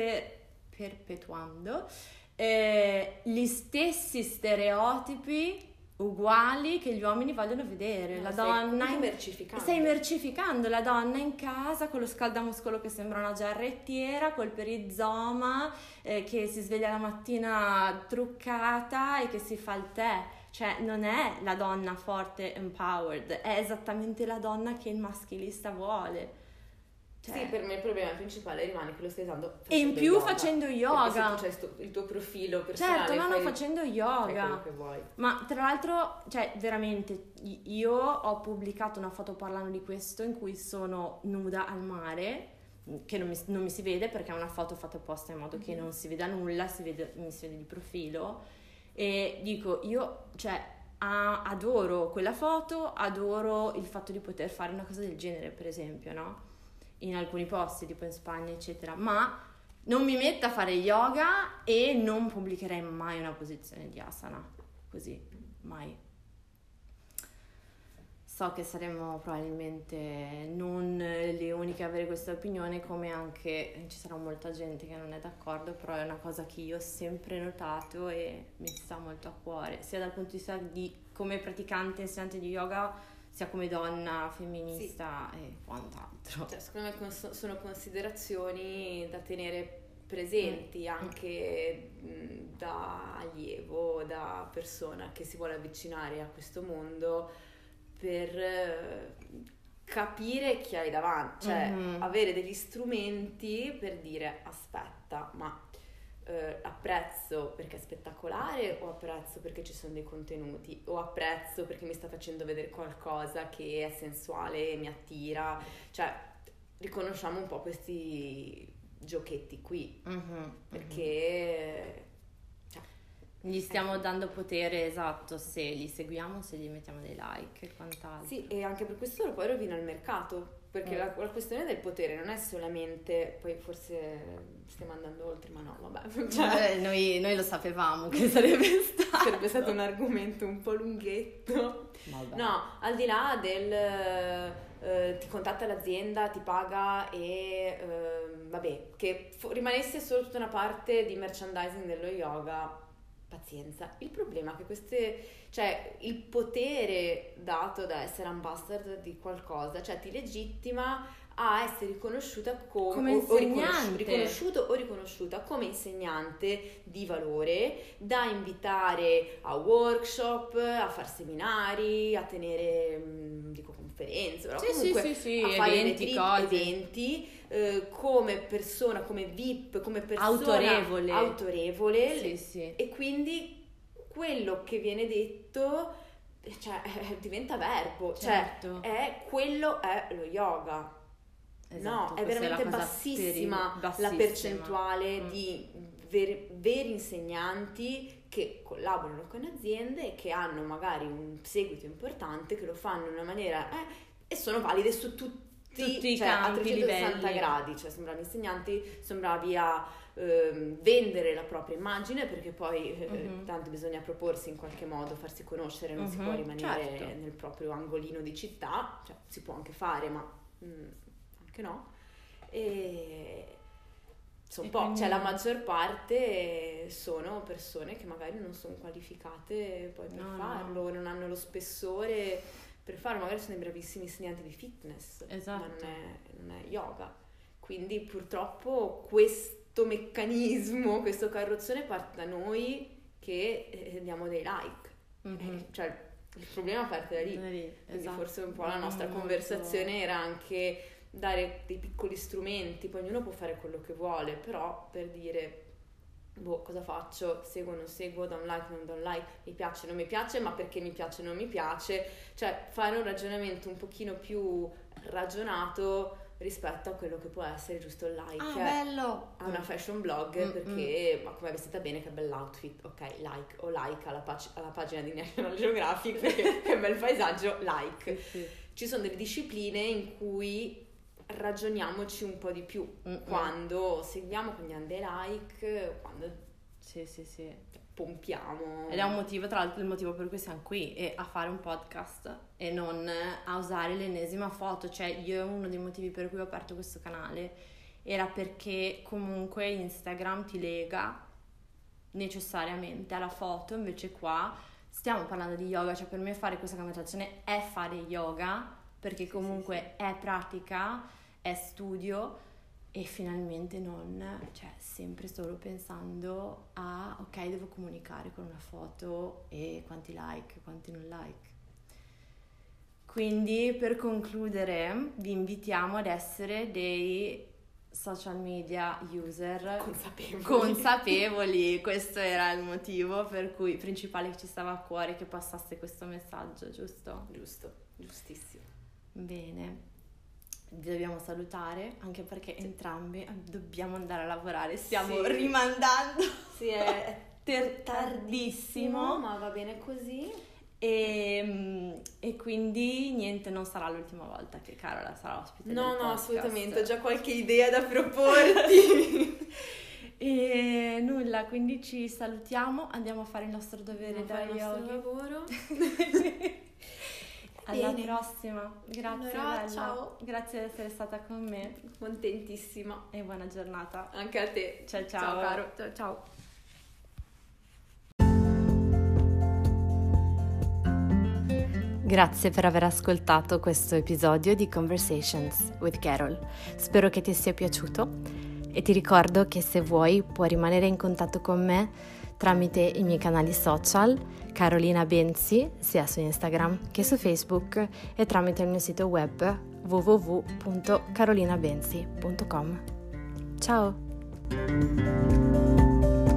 gli stessi stereotipi uguali che gli uomini vogliono vedere. La donna stai mercificando la donna in casa con lo scaldamuscolo che sembra una giarrettiera, col perizoma, che si sveglia la mattina truccata e che si fa il tè. Cioè non è la donna forte, empowered, è esattamente la donna che il maschilista vuole. Sì, per me il problema principale rimane che lo stai usando e in più facendo yoga. Perché se tu c'hai il tuo profilo personale, certo, facendo yoga, fai quello che vuoi. Ma tra l'altro, cioè veramente, io ho pubblicato una foto parlando di questo in cui sono nuda al mare, che non mi si vede perché è una foto fatta apposta in modo che non si veda nulla, mi si vede di profilo, e dico, io adoro quella foto, adoro il fatto di poter fare una cosa del genere, per esempio, no? In alcuni posti, tipo in Spagna, eccetera, ma non mi metto a fare yoga e non pubblicherei mai una posizione di asana, così, mai. So che saremo probabilmente non le uniche a avere questa opinione, come anche ci sarà molta gente che non è d'accordo, però è una cosa che io ho sempre notato e mi sta molto a cuore, sia dal punto di vista di come praticante insegnante di yoga, sia come donna, femminista e quant'altro. Cioè, secondo me sono considerazioni da tenere presenti anche da allievo, da persona che si vuole avvicinare a questo mondo, per capire chi hai davanti, cioè avere degli strumenti per dire aspetta, ma apprezzo perché è spettacolare, o apprezzo perché ci sono dei contenuti, o apprezzo perché mi sta facendo vedere qualcosa che è sensuale e mi attira, cioè riconosciamo un po' questi giochetti qui, perché gli stiamo dando potere, esatto, se li seguiamo, se gli mettiamo dei like e quant'altro. Sì, e anche per questo poi rovina il mercato, perché la questione del potere non è solamente, poi forse stiamo andando oltre, ma no, vabbè. Cioè, noi lo sapevamo che sarebbe stato un argomento un po' lunghetto. Vabbè. No, al di là del ti contatta l'azienda, ti paga e vabbè, che rimanesse solo tutta una parte di merchandising dello yoga, pazienza. Il problema è che cioè il potere dato da essere ambassador di qualcosa, cioè ti legittima a essere riconosciuta come insegnante, riconosciuto o riconosciuta come insegnante di valore, da invitare a workshop, a far seminari, a tenere dico conferenze, però comunque sì, a fare eventi, come persona, come VIP, come persona autorevole. Sì. E quindi quello che viene detto, cioè, diventa verbo, certo. cioè quello è lo yoga. Esatto, no, è veramente bassissima la percentuale di veri insegnanti che collaborano con aziende e che hanno magari un seguito importante, che lo fanno in una maniera e sono valide su tutti i campi, a 360 livelli. gradi, cioè sono bravi insegnanti, sono bravi a vendere la propria immagine, perché poi tanto bisogna proporsi in qualche modo, farsi conoscere, non si può rimanere nel proprio angolino di città, cioè si può anche fare, ma anche no. E cioè la maggior parte sono persone che magari non sono qualificate poi per farlo, non hanno lo spessore per farlo, magari sono dei bravissimi insegnanti di fitness, esatto. ma non è yoga. Quindi purtroppo questo meccanismo, questo carrozzone parte da noi che diamo dei like, cioè il problema parte da lì. Quindi esatto. forse un po' la nostra conversazione era anche dare dei piccoli strumenti, poi ognuno può fare quello che vuole, però per dire cosa faccio, seguo o non seguo, do un like, non do un like, mi piace, non mi piace, ma perché mi piace, non mi piace, cioè fare un ragionamento un pochino più ragionato rispetto a quello che può essere giusto il like bello a una fashion blog, perché ma come è vestita bene, che bell'outfit, ok, like, o like alla pagina di National Geographic perché che bel paesaggio, like. Sì. Ci sono delle discipline in cui ragioniamoci un po' di più quando seguiamo, quindi diamo dei like, quando sì pompiamo. Ed è un motivo, tra l'altro, il motivo per cui siamo qui è a fare un podcast e non a usare l'ennesima foto. Cioè io, uno dei motivi per cui ho aperto questo canale era perché comunque Instagram ti lega necessariamente alla foto, invece qua stiamo parlando di yoga, cioè per me fare questa conversazione è fare yoga, perché comunque è pratica, è studio, e finalmente non, cioè sempre solo pensando a ok, devo comunicare con una foto e quanti like, quanti non like. Quindi per concludere vi invitiamo ad essere dei social media user consapevoli. Questo era il motivo per cui principale che ci stava a cuore, che passasse questo messaggio, giusto? Giustissimo. Bene, vi dobbiamo salutare anche perché entrambi dobbiamo andare a lavorare, stiamo rimandando. Sì, è tardissimo, ma va bene così. E quindi niente, non sarà l'ultima volta che Carola sarà ospite del podcast. No, assolutamente, ho già qualche idea da proporti. E nulla, quindi ci salutiamo, andiamo a fare il nostro dovere da yogi. Lavoro. Alla prossima, grazie allora, bella. ciao. Grazie di essere stata con me. Contentissima. E buona giornata. Anche a te. Ciao caro. Ciao. Grazie per aver ascoltato questo episodio di Conversations with Carol. Spero che ti sia piaciuto e ti ricordo che se vuoi puoi rimanere in contatto con me tramite i miei canali social, Carolina Benzi, sia su Instagram che su Facebook, e tramite il mio sito web www.carolinabenzi.com. Ciao!